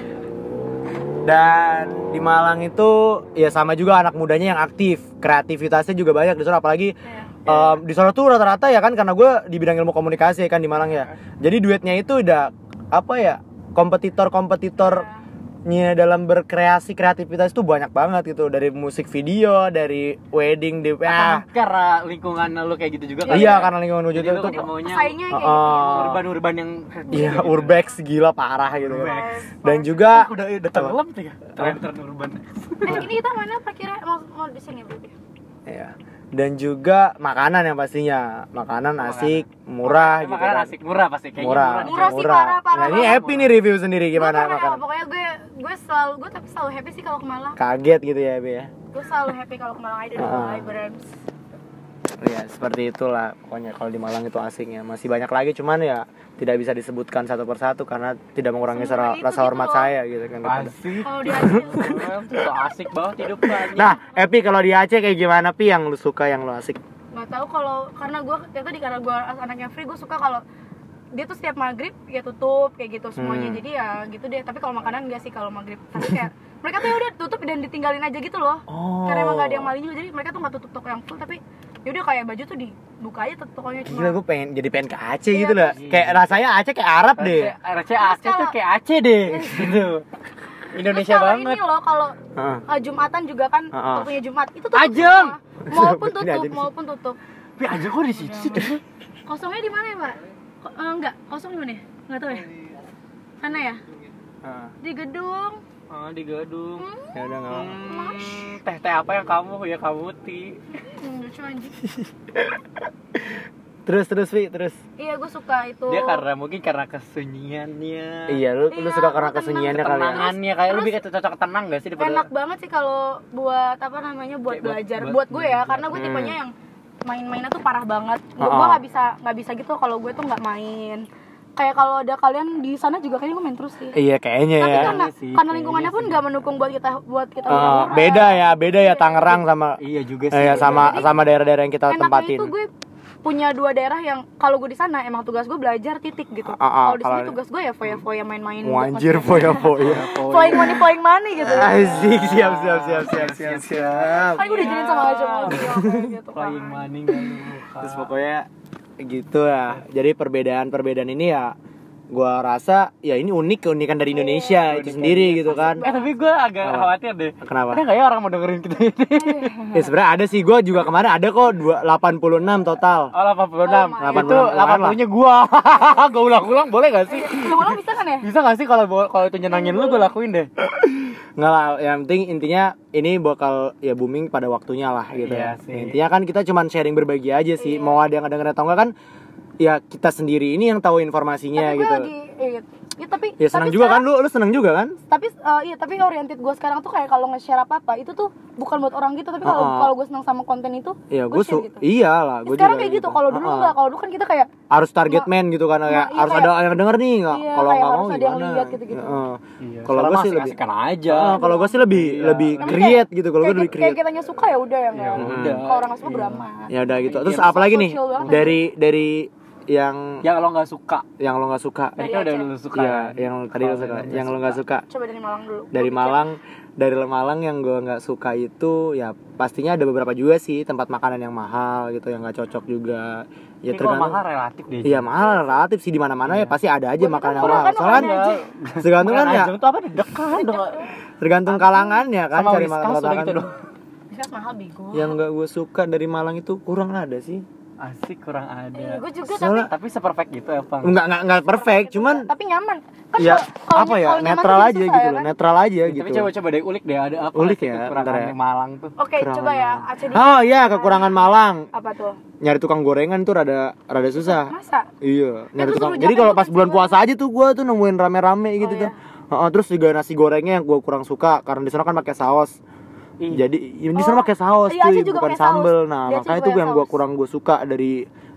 [SPEAKER 1] Dan di Malang itu ya sama juga anak mudanya yang aktif, kreativitasnya juga banyak di sana apalagi
[SPEAKER 3] Iya.
[SPEAKER 1] em, di sana tuh rata-rata ya kan karena gue di bidang ilmu komunikasi kan di Malang ya. Jadi duetnya itu udah apa ya kompetitor-kompetitor nya dalam berkreasi kreativitas itu banyak banget gitu, dari musik video, dari wedding, di
[SPEAKER 2] Ah,
[SPEAKER 1] ah,
[SPEAKER 2] karena lingkungan lu kayak gitu juga kan.
[SPEAKER 1] iya karena lingkungan wujud
[SPEAKER 2] Jadi
[SPEAKER 1] itu
[SPEAKER 2] lu ketemunya
[SPEAKER 3] Saingnya kayak
[SPEAKER 1] Oh,
[SPEAKER 3] gitu.
[SPEAKER 1] oh.
[SPEAKER 2] urban-urban yang
[SPEAKER 1] iya urbex gila parah gitu kan.
[SPEAKER 2] Urbex.
[SPEAKER 1] Dan juga
[SPEAKER 2] udah udah tenggelam tuh ya. Tren-tren urban.
[SPEAKER 3] Eh ini kita mana parkirnya mau mau di sini berarti.
[SPEAKER 1] ya. Dan juga makanan yang pastinya, makanan asik, murah gitu
[SPEAKER 2] Makanan
[SPEAKER 1] kan.
[SPEAKER 2] asik, murah pasti kayaknya
[SPEAKER 1] Murah,
[SPEAKER 3] Murah sih, parah, parah,
[SPEAKER 1] Nah, ini
[SPEAKER 3] parah.
[SPEAKER 1] happy nih review sendiri gimana
[SPEAKER 3] Gua pernah,
[SPEAKER 1] makanan.
[SPEAKER 3] pokoknya gue gue selalu gue tapi selalu happy sih kalau ke Malang.
[SPEAKER 1] Kaget gitu ya, Bi ya.
[SPEAKER 3] Gue selalu happy kalau ke Malang aja di
[SPEAKER 1] Ah.
[SPEAKER 3] mulai Brams.
[SPEAKER 1] Ya, seperti itulah pokoknya kalau di Malang itu asiknya. Masih banyak lagi cuman ya tidak bisa disebutkan satu persatu karena tidak mengurangi
[SPEAKER 3] Sebenarnya
[SPEAKER 1] sera-
[SPEAKER 3] itu
[SPEAKER 1] rasa
[SPEAKER 3] gitu
[SPEAKER 1] hormat
[SPEAKER 3] loh.
[SPEAKER 1] saya gitu kan.
[SPEAKER 2] Asik.
[SPEAKER 3] Kalau di Aceh
[SPEAKER 2] Tuh asik banget hidup anjing.
[SPEAKER 1] Nah, Epi kalau di Aceh kayak gimana Pi yang lu suka, yang lu asik?
[SPEAKER 3] nggak tahu kalau karena gue ya tadi karena gue anaknya free gue suka kalau dia tuh setiap maghrib ya tutup kayak gitu semuanya
[SPEAKER 1] Hmm.
[SPEAKER 3] jadi ya gitu deh. Tapi kalau makanan enggak sih kalau maghrib tapi kayak mereka tuh ya udah tutup dan ditinggalin aja gitu loh.
[SPEAKER 1] Oh.
[SPEAKER 3] Karena emang gak ada yang maling juga jadi mereka tuh nggak tutup toko yang full tapi yaudah kayak baju tuh dibuka aja tuh tokonya cuma
[SPEAKER 1] Gila, gue pengen jadi pengen ke Aceh
[SPEAKER 3] Iya,
[SPEAKER 1] gitu loh.
[SPEAKER 2] terus-
[SPEAKER 1] Kayak rasanya Aceh kayak Arab deh.
[SPEAKER 2] Aceh Aceh tuh kayak Aceh deh gitu. Indonesia
[SPEAKER 3] Terus kalau
[SPEAKER 2] banget.
[SPEAKER 3] ini loh kalau
[SPEAKER 1] Heeh.
[SPEAKER 3] uh, Jumatan juga kan
[SPEAKER 1] Heeh.
[SPEAKER 3] tokonya Jumat itu tutup
[SPEAKER 2] Ajeng!
[SPEAKER 3] semua. Maupun
[SPEAKER 1] Ini
[SPEAKER 3] tutup
[SPEAKER 1] Ajeng sih.
[SPEAKER 3] maupun tutup.
[SPEAKER 2] Tapi aja kok di situ sih.
[SPEAKER 3] Kosongnya di mana ya Pak? Ko- eh, enggak kosong di mana ya? Nggak tahu ya. Mana ya?
[SPEAKER 1] Heeh.
[SPEAKER 3] Di gedung.
[SPEAKER 2] Oh, di gedung.
[SPEAKER 1] Ya udah enggak apa.
[SPEAKER 2] Hmm, teh teh apa yang kamu ya kamu ti?
[SPEAKER 3] Hmm, lucu anjing.
[SPEAKER 1] Terus terus Vi, terus.
[SPEAKER 3] Iya gue suka itu.
[SPEAKER 2] Dia karena mungkin karena kesunyiannya.
[SPEAKER 1] Iya, lu lu
[SPEAKER 3] Iya,
[SPEAKER 1] suka karena
[SPEAKER 3] gua tenang.
[SPEAKER 1] kesunyiannya kali ya.
[SPEAKER 2] Ketenangannya kayak lu
[SPEAKER 3] terus-
[SPEAKER 2] lebih kayak cocok tenang gak sih daripada
[SPEAKER 3] Enak banget sih kalau buat apa namanya buat
[SPEAKER 2] Kayak buat-
[SPEAKER 3] belajar.
[SPEAKER 2] buat
[SPEAKER 3] Buat, gue ya
[SPEAKER 2] belajar.
[SPEAKER 3] karena gue
[SPEAKER 1] Hmm.
[SPEAKER 3] tipenya yang main-mainnya tuh parah banget. Gue
[SPEAKER 1] Oh.
[SPEAKER 3] gue nggak bisa nggak bisa gitu kalau gue tuh nggak main. Kayak kalau ada kalian di sana juga kayaknya gue main terus sih.
[SPEAKER 1] Iya kayaknya
[SPEAKER 3] Tapi
[SPEAKER 1] ya.
[SPEAKER 3] karena
[SPEAKER 2] Iya sih,
[SPEAKER 3] karena lingkungannya
[SPEAKER 2] kayaknya
[SPEAKER 3] pun
[SPEAKER 2] sih.
[SPEAKER 3] nggak mendukung buat kita buat kita
[SPEAKER 1] Eh,
[SPEAKER 3] liburan.
[SPEAKER 1] beda ya, beda ya Tangerang sama
[SPEAKER 2] Iya juga sih.
[SPEAKER 1] eh, ya, sama
[SPEAKER 3] Jadi,
[SPEAKER 1] sama daerah-daerah yang kita
[SPEAKER 3] Enaknya
[SPEAKER 1] tempatin.
[SPEAKER 3] itu gue punya dua daerah yang kalau gue di sana emang tugas gue belajar titik gitu.
[SPEAKER 1] Ah, ah,
[SPEAKER 3] Kalau di sini
[SPEAKER 1] kalau-
[SPEAKER 3] tugas gue ya foya-foya main-main.
[SPEAKER 1] Wah, anjir foya-foya.
[SPEAKER 3] Flying money, flying money gitu.
[SPEAKER 1] Asik, siap siap siap siap siap siap.
[SPEAKER 3] Kan gue diajarin sama aja mau gitu kan.
[SPEAKER 2] Flying money nggak lu buka.
[SPEAKER 1] Terus pokoknya gitu ya. Jadi perbedaan-perbedaan ini ya gua rasa ya ini unik, keunikan dari Indonesia itu sendiri gitu kan.
[SPEAKER 2] Eh tapi gue agak
[SPEAKER 1] Apa?
[SPEAKER 2] khawatir deh.
[SPEAKER 1] Kenapa?
[SPEAKER 2] Ada nggak ya orang mau dengerin kita ini?
[SPEAKER 1] Ya sebenarnya ada sih, gua juga kemarin ada kok dua- delapan puluh enam total.
[SPEAKER 2] Oh delapan puluh enam.
[SPEAKER 3] Oh my
[SPEAKER 1] God.
[SPEAKER 2] Itu delapan puluh-nya gua. Gua ulang-ulang boleh gak sih?
[SPEAKER 3] Lu bisa kan ya?
[SPEAKER 2] Bisa gak sih kalau kalau itu nyenangin lu gue lakuin deh.
[SPEAKER 1] Nggak lah, yang penting intinya ini bakal ya booming pada waktunya lah gitu
[SPEAKER 2] Iya
[SPEAKER 1] ya.
[SPEAKER 2] sih.
[SPEAKER 1] Intinya kan kita cuman sharing berbagi aja sih. Mau ada yang denger atau enggak kan ya kita sendiri ini yang tahu informasinya
[SPEAKER 3] Tapi gue
[SPEAKER 1] gitu.
[SPEAKER 3] lagi eh, ya, tapi
[SPEAKER 1] Ya senang
[SPEAKER 3] tapi
[SPEAKER 1] juga kan
[SPEAKER 3] sekarang-
[SPEAKER 1] lu, lu senang juga kan?
[SPEAKER 3] Tapi eh, iya, tapi oriented gue sekarang tuh kayak kalau nge-share apa-apa itu tuh bukan buat orang gitu, tapi kalau
[SPEAKER 1] Uh-uh.
[SPEAKER 3] kalau gue senang sama konten itu,
[SPEAKER 1] Ya
[SPEAKER 3] gue
[SPEAKER 1] gue
[SPEAKER 3] share
[SPEAKER 1] su
[SPEAKER 3] gitu.
[SPEAKER 1] iya lah, gue
[SPEAKER 3] Sekarang
[SPEAKER 1] juga
[SPEAKER 3] kayak gitu, kalau dulu
[SPEAKER 1] Uh-uh.
[SPEAKER 3] enggak, kalau dulu kan kita kayak
[SPEAKER 1] Harus target
[SPEAKER 3] Nggak-
[SPEAKER 1] man gitu kan, kayak
[SPEAKER 3] Iya,
[SPEAKER 1] harus
[SPEAKER 3] kayak-
[SPEAKER 1] ada yang denger nih, nggak
[SPEAKER 3] Iya,
[SPEAKER 1] kalau
[SPEAKER 3] kayak
[SPEAKER 1] nggak mau
[SPEAKER 3] harus ada yang
[SPEAKER 1] gimana?
[SPEAKER 3] lihat gitu-gitu.
[SPEAKER 1] Heeh.
[SPEAKER 2] Iya.
[SPEAKER 1] Kalau gue sih lebih
[SPEAKER 2] asik-asikan aja.
[SPEAKER 1] Heeh, kalau gue sih lebih
[SPEAKER 2] Iya.
[SPEAKER 1] lebih
[SPEAKER 3] Yang
[SPEAKER 1] create gitu, kalau gue
[SPEAKER 3] kayak,
[SPEAKER 1] lebih
[SPEAKER 3] kayak
[SPEAKER 1] create.
[SPEAKER 3] kitanya suka ya udah ya
[SPEAKER 2] Ya
[SPEAKER 3] nggak.
[SPEAKER 2] udah.
[SPEAKER 3] Kalau orang nggak suka
[SPEAKER 2] Iya.
[SPEAKER 3] beramat.
[SPEAKER 1] Ya udah gitu.
[SPEAKER 2] Iya,
[SPEAKER 1] Terus
[SPEAKER 2] iya.
[SPEAKER 1] apa lagi nih
[SPEAKER 3] Chill banget.
[SPEAKER 1] dari dari yang
[SPEAKER 2] Yang lo nggak suka.
[SPEAKER 1] yang lo nggak suka?
[SPEAKER 2] Tadi kan udah lu suka.
[SPEAKER 1] Iya,
[SPEAKER 2] kan?
[SPEAKER 1] yang tadi lo
[SPEAKER 2] Kalau
[SPEAKER 1] suka,
[SPEAKER 2] yang
[SPEAKER 1] yang lo nggak suka.
[SPEAKER 3] Coba dari Malang dulu.
[SPEAKER 1] Dari
[SPEAKER 3] Gua pikir-
[SPEAKER 1] Malang, dari Malang yang gue nggak suka itu ya pastinya ada beberapa juga sih tempat makanan yang mahal gitu yang nggak cocok juga. Ya
[SPEAKER 2] Tapi kalau
[SPEAKER 1] tergantung.
[SPEAKER 2] mahal relatif deh.
[SPEAKER 1] Iya mahal relatif sih di mana-mana ya pasti ada aja
[SPEAKER 3] Gua
[SPEAKER 1] makanan yang
[SPEAKER 3] pikir
[SPEAKER 1] mahal.
[SPEAKER 3] kan
[SPEAKER 1] Soalnya kan
[SPEAKER 3] makannya
[SPEAKER 1] tergantung kan ya,
[SPEAKER 2] Ajeng tuh apa dekat dong.
[SPEAKER 1] tergantung kalangan ya kan
[SPEAKER 2] Sama
[SPEAKER 1] cari
[SPEAKER 2] Whiskas
[SPEAKER 1] makan
[SPEAKER 2] udah
[SPEAKER 1] makan.
[SPEAKER 2] gitu doang.
[SPEAKER 3] Bisa mahal bego.
[SPEAKER 1] Yang nggak gue suka dari Malang itu kurang ada sih.
[SPEAKER 2] Asik kurang
[SPEAKER 3] Iya,
[SPEAKER 2] ada.
[SPEAKER 3] gue juga
[SPEAKER 1] Soalnya-
[SPEAKER 3] tapi
[SPEAKER 2] Tapi seperfect gitu ya, Bang.
[SPEAKER 1] Enggak enggak enggak perfect, cuman
[SPEAKER 3] tapi nyaman. Kan
[SPEAKER 1] ya
[SPEAKER 3] kalau- kalau
[SPEAKER 1] apa
[SPEAKER 3] ny-
[SPEAKER 1] ya
[SPEAKER 3] kalau nyaman
[SPEAKER 1] netral
[SPEAKER 3] tuh
[SPEAKER 1] aja
[SPEAKER 3] susah
[SPEAKER 1] gitu
[SPEAKER 3] ya
[SPEAKER 1] loh,
[SPEAKER 3] kan?
[SPEAKER 1] netral aja gitu.
[SPEAKER 2] Tapi coba-coba deh ulik deh ada apa
[SPEAKER 1] Ulik
[SPEAKER 2] sih
[SPEAKER 1] ya,
[SPEAKER 2] kekurangan
[SPEAKER 1] bentar ya.
[SPEAKER 2] yang Malang tuh.
[SPEAKER 3] Oke,
[SPEAKER 1] Kekurangan
[SPEAKER 3] coba ya
[SPEAKER 1] Malang.
[SPEAKER 3] Aceh di
[SPEAKER 1] Oh iya, kekurangan Malang.
[SPEAKER 3] apa tuh?
[SPEAKER 1] Nyari tukang gorengan tuh rada rada susah.
[SPEAKER 3] Masa?
[SPEAKER 1] Iya, nyari
[SPEAKER 3] terus
[SPEAKER 1] tukang.
[SPEAKER 3] rujaknya
[SPEAKER 1] Jadi kalau
[SPEAKER 3] bukan
[SPEAKER 1] pas bulan
[SPEAKER 3] sih,
[SPEAKER 1] puasa aja tuh gua tuh nemuin rame-rame gitu
[SPEAKER 3] Oh,
[SPEAKER 1] tuh. Heeh, terus juga nasi gorengnya yang gua kurang suka karena di sana kan pakai saus.
[SPEAKER 2] Ih.
[SPEAKER 1] Jadi ya, di sana
[SPEAKER 3] Oh,
[SPEAKER 1] pakai saus
[SPEAKER 3] iya,
[SPEAKER 1] cuy,
[SPEAKER 3] Aceh juga
[SPEAKER 1] bukan
[SPEAKER 3] pakai saus.
[SPEAKER 1] sambel. Nah,
[SPEAKER 3] Di Aceh
[SPEAKER 1] makanya
[SPEAKER 3] juga
[SPEAKER 1] itu
[SPEAKER 3] pakai
[SPEAKER 1] yang gua
[SPEAKER 3] saus.
[SPEAKER 1] kurang gua suka dari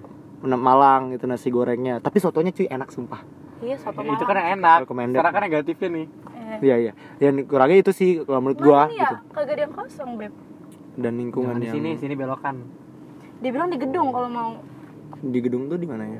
[SPEAKER 1] Malang gitu nasi gorengnya. Tapi sotonya cuy enak sumpah.
[SPEAKER 3] Iya, soto
[SPEAKER 2] Itu
[SPEAKER 3] Malang.
[SPEAKER 2] kan yang enak.
[SPEAKER 1] Recommended.
[SPEAKER 2] Sekarang kan negatifnya nih.
[SPEAKER 3] Eh.
[SPEAKER 1] Iya iya. Yang kurangnya itu sih kalau menurut gua
[SPEAKER 3] Mana nih ya?
[SPEAKER 1] gitu.
[SPEAKER 3] Kagak ada yang kosong, Beb.
[SPEAKER 1] Dan lingkungan
[SPEAKER 2] Jangan di
[SPEAKER 1] yang
[SPEAKER 2] sini, sini belokan.
[SPEAKER 3] Dia bilang di gedung kalau mau.
[SPEAKER 1] di gedung tuh di mana ya?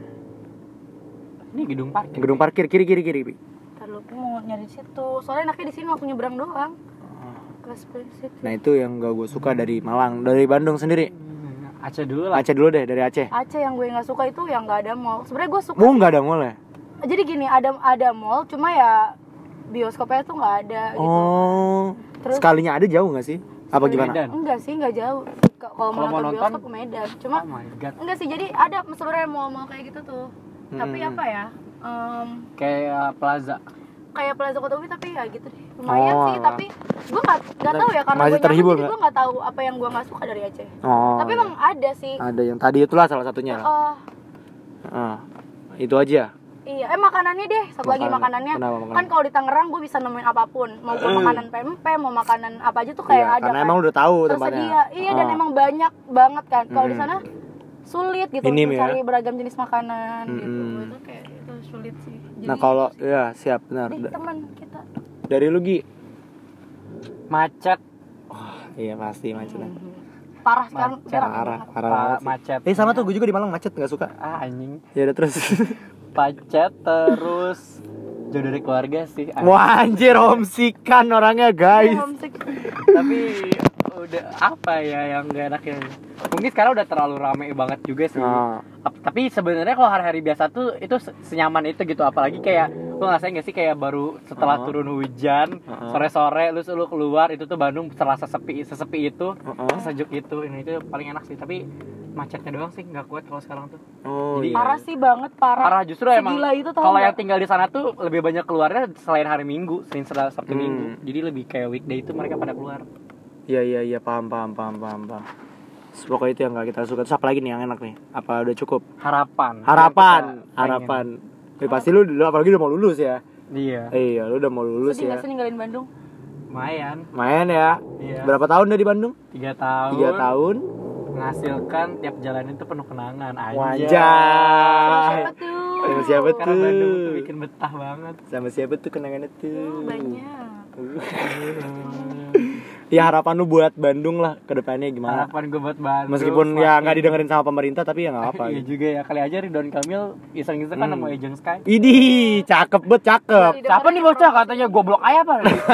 [SPEAKER 2] Ini gedung parkir.
[SPEAKER 1] Gedung parkir kiri kiri kiri. Pi.
[SPEAKER 3] Ntar lu gue mau nyari di situ. Soalnya enaknya di sini langsung nyebrang doang. Ke spesifik.
[SPEAKER 1] Nah itu yang gak gue suka dari Malang, dari Bandung sendiri.
[SPEAKER 2] Hmm, Aceh dulu lah.
[SPEAKER 1] Aceh dulu deh, dari Aceh.
[SPEAKER 3] Aceh yang gue nggak suka itu yang nggak ada mall. Sebenarnya gue suka.
[SPEAKER 1] Mau nggak ada mall ya?
[SPEAKER 3] Jadi gini, ada ada mall, cuma ya bioskopnya tuh nggak ada gitu.
[SPEAKER 1] Oh.
[SPEAKER 3] Terus-
[SPEAKER 1] Sekalinya ada jauh nggak sih? Apa gimana?
[SPEAKER 2] Medan.
[SPEAKER 3] Enggak sih, nggak jauh. K- Kalau mau
[SPEAKER 2] Kalau mau
[SPEAKER 3] nonton
[SPEAKER 2] nonton-
[SPEAKER 3] bioskop ke Medan. Cuma
[SPEAKER 2] Oh my god.
[SPEAKER 3] enggak sih, jadi ada sebenarnya mall-mall kayak gitu tuh. Tapi
[SPEAKER 1] Hmm.
[SPEAKER 3] apa ya? em,
[SPEAKER 2] Kayak Plaza.
[SPEAKER 3] kayak Plaza Kotowi tapi ya gitu deh. Lumayan
[SPEAKER 1] Oh,
[SPEAKER 3] sih,
[SPEAKER 1] alah.
[SPEAKER 3] tapi gue nggak nggak tahu ya karena
[SPEAKER 1] Masih
[SPEAKER 3] gue
[SPEAKER 1] terhibur
[SPEAKER 3] jadi
[SPEAKER 1] nggak?
[SPEAKER 3] gue nggak tahu apa yang gue nggak suka dari Aceh.
[SPEAKER 1] Oh.
[SPEAKER 3] Tapi emang ada sih.
[SPEAKER 1] ada yang tadi itulah salah satunya. lah.
[SPEAKER 3] Oh,
[SPEAKER 1] Ah. Itu aja.
[SPEAKER 3] iya, eh makanannya deh. Satu lagi
[SPEAKER 1] Makanan.
[SPEAKER 3] makanannya.
[SPEAKER 1] Kenapa makanan?
[SPEAKER 3] Kan kalau di Tangerang gue bisa nemuin apapun. Mau gue
[SPEAKER 1] Eh.
[SPEAKER 3] makanan pempek, mau makanan apa aja tuh kayak
[SPEAKER 1] Iya,
[SPEAKER 3] ada
[SPEAKER 1] karena
[SPEAKER 3] kan.
[SPEAKER 1] emang udah tahu tempatnya.
[SPEAKER 3] Tersedia. Iya, dan
[SPEAKER 1] Ah.
[SPEAKER 3] emang banyak banget kan. Kalau di
[SPEAKER 1] Mm-mm.
[SPEAKER 3] sana sulit gitu
[SPEAKER 1] Minim
[SPEAKER 3] untuk
[SPEAKER 1] ya.
[SPEAKER 3] cari beragam jenis makanan gitu.
[SPEAKER 1] Mm-mm.
[SPEAKER 3] Itu kayak itu sulit sih. Jadi,
[SPEAKER 1] Nah, kalau ya siap benar.
[SPEAKER 3] di
[SPEAKER 1] Da-
[SPEAKER 3] teman kita.
[SPEAKER 1] Dari lu Gi.
[SPEAKER 2] Macet.
[SPEAKER 1] Iya pasti macetnya.
[SPEAKER 3] Parah sekarang.
[SPEAKER 2] Macet.
[SPEAKER 3] sekarang
[SPEAKER 1] Parah,
[SPEAKER 3] banget.
[SPEAKER 1] parah
[SPEAKER 2] Pa-
[SPEAKER 1] banget sih.
[SPEAKER 2] macet.
[SPEAKER 1] Eh sama tuh gue juga di Malang macet nggak suka.
[SPEAKER 2] Ah anjing.
[SPEAKER 1] Ya udah terus.
[SPEAKER 2] Macet terus jauh dari keluarga sih. anjing.
[SPEAKER 1] Wah anjir homesick-an orangnya
[SPEAKER 3] Iya,
[SPEAKER 1] guys.
[SPEAKER 3] homesick.
[SPEAKER 2] Tapi udah apa ya yang gak enaknya? Mungkin sekarang udah terlalu rame banget juga sih.
[SPEAKER 1] Ah.
[SPEAKER 2] Ap- Tapi sebenarnya kalau hari-hari biasa tuh itu se- senyaman itu gitu. Apalagi kayak lu ngerasain gak sih kayak baru setelah
[SPEAKER 1] Uh-huh.
[SPEAKER 2] turun hujan
[SPEAKER 1] Uh-huh.
[SPEAKER 2] sore-sore lu lu keluar itu tuh Bandung terasa sepi sesepi itu,
[SPEAKER 1] Uh-huh.
[SPEAKER 2] sejuk itu. Ini itu paling enak sih. Tapi macetnya doang sih nggak kuat kalau sekarang tuh.
[SPEAKER 1] Oh
[SPEAKER 2] Jadi-
[SPEAKER 1] iya.
[SPEAKER 3] Parah sih banget, parah.
[SPEAKER 2] Parah justru emang
[SPEAKER 3] Segila itu tau
[SPEAKER 2] kalau
[SPEAKER 3] nggak?
[SPEAKER 2] yang tinggal di sana tuh lebih banyak keluarnya selain hari Minggu, Senin, Selasa, Sabtu,
[SPEAKER 1] Hmm.
[SPEAKER 2] Minggu. Jadi lebih kayak weekday itu mereka pada keluar.
[SPEAKER 1] Iya iya iya paham paham paham paham paham. Terus pokoknya itu yang nggak kita suka. Terus apa lagi nih yang enak nih? Apa udah cukup?
[SPEAKER 2] Harapan.
[SPEAKER 1] Harapan,
[SPEAKER 2] Yang kita
[SPEAKER 1] harapan. Eh, pasti lu, lu apalagi udah mau lulus ya.
[SPEAKER 2] pengen. Iya.
[SPEAKER 1] Eh, iya, lu udah mau lulus
[SPEAKER 3] Sedih
[SPEAKER 1] ya.
[SPEAKER 3] nggak sih ninggalin Bandung?
[SPEAKER 2] Lumayan.
[SPEAKER 1] Main ya.
[SPEAKER 2] Iya.
[SPEAKER 1] Berapa tahun udah di Bandung?
[SPEAKER 2] Tiga tahun.
[SPEAKER 1] Tiga tahun.
[SPEAKER 2] Menghasilkan tiap jalan itu penuh kenangan. Anjay.
[SPEAKER 1] Wajah.
[SPEAKER 3] Siapa tuh?
[SPEAKER 1] Sama siapa
[SPEAKER 2] Karena
[SPEAKER 1] tuh?
[SPEAKER 2] Bandung tuh bikin betah banget.
[SPEAKER 1] Sama siapa tuh kenangannya
[SPEAKER 3] Oh,
[SPEAKER 1] tuh?
[SPEAKER 3] banyak.
[SPEAKER 1] Ya harapan lu buat Bandung lah ke depannya gimana?
[SPEAKER 2] Harapan gue buat Bandung.
[SPEAKER 1] Meskipun ya
[SPEAKER 2] semakin-
[SPEAKER 1] nggak didengerin sama pemerintah tapi ya nggak apa.
[SPEAKER 2] Iya juga ya. Kali aja Ridwan Kamil iseng-iseng kan
[SPEAKER 1] Hmm.
[SPEAKER 2] sama Agent Sky.
[SPEAKER 1] Idih, cakep bet cakep.
[SPEAKER 2] Siapa nih bocah katanya goblok aja apa?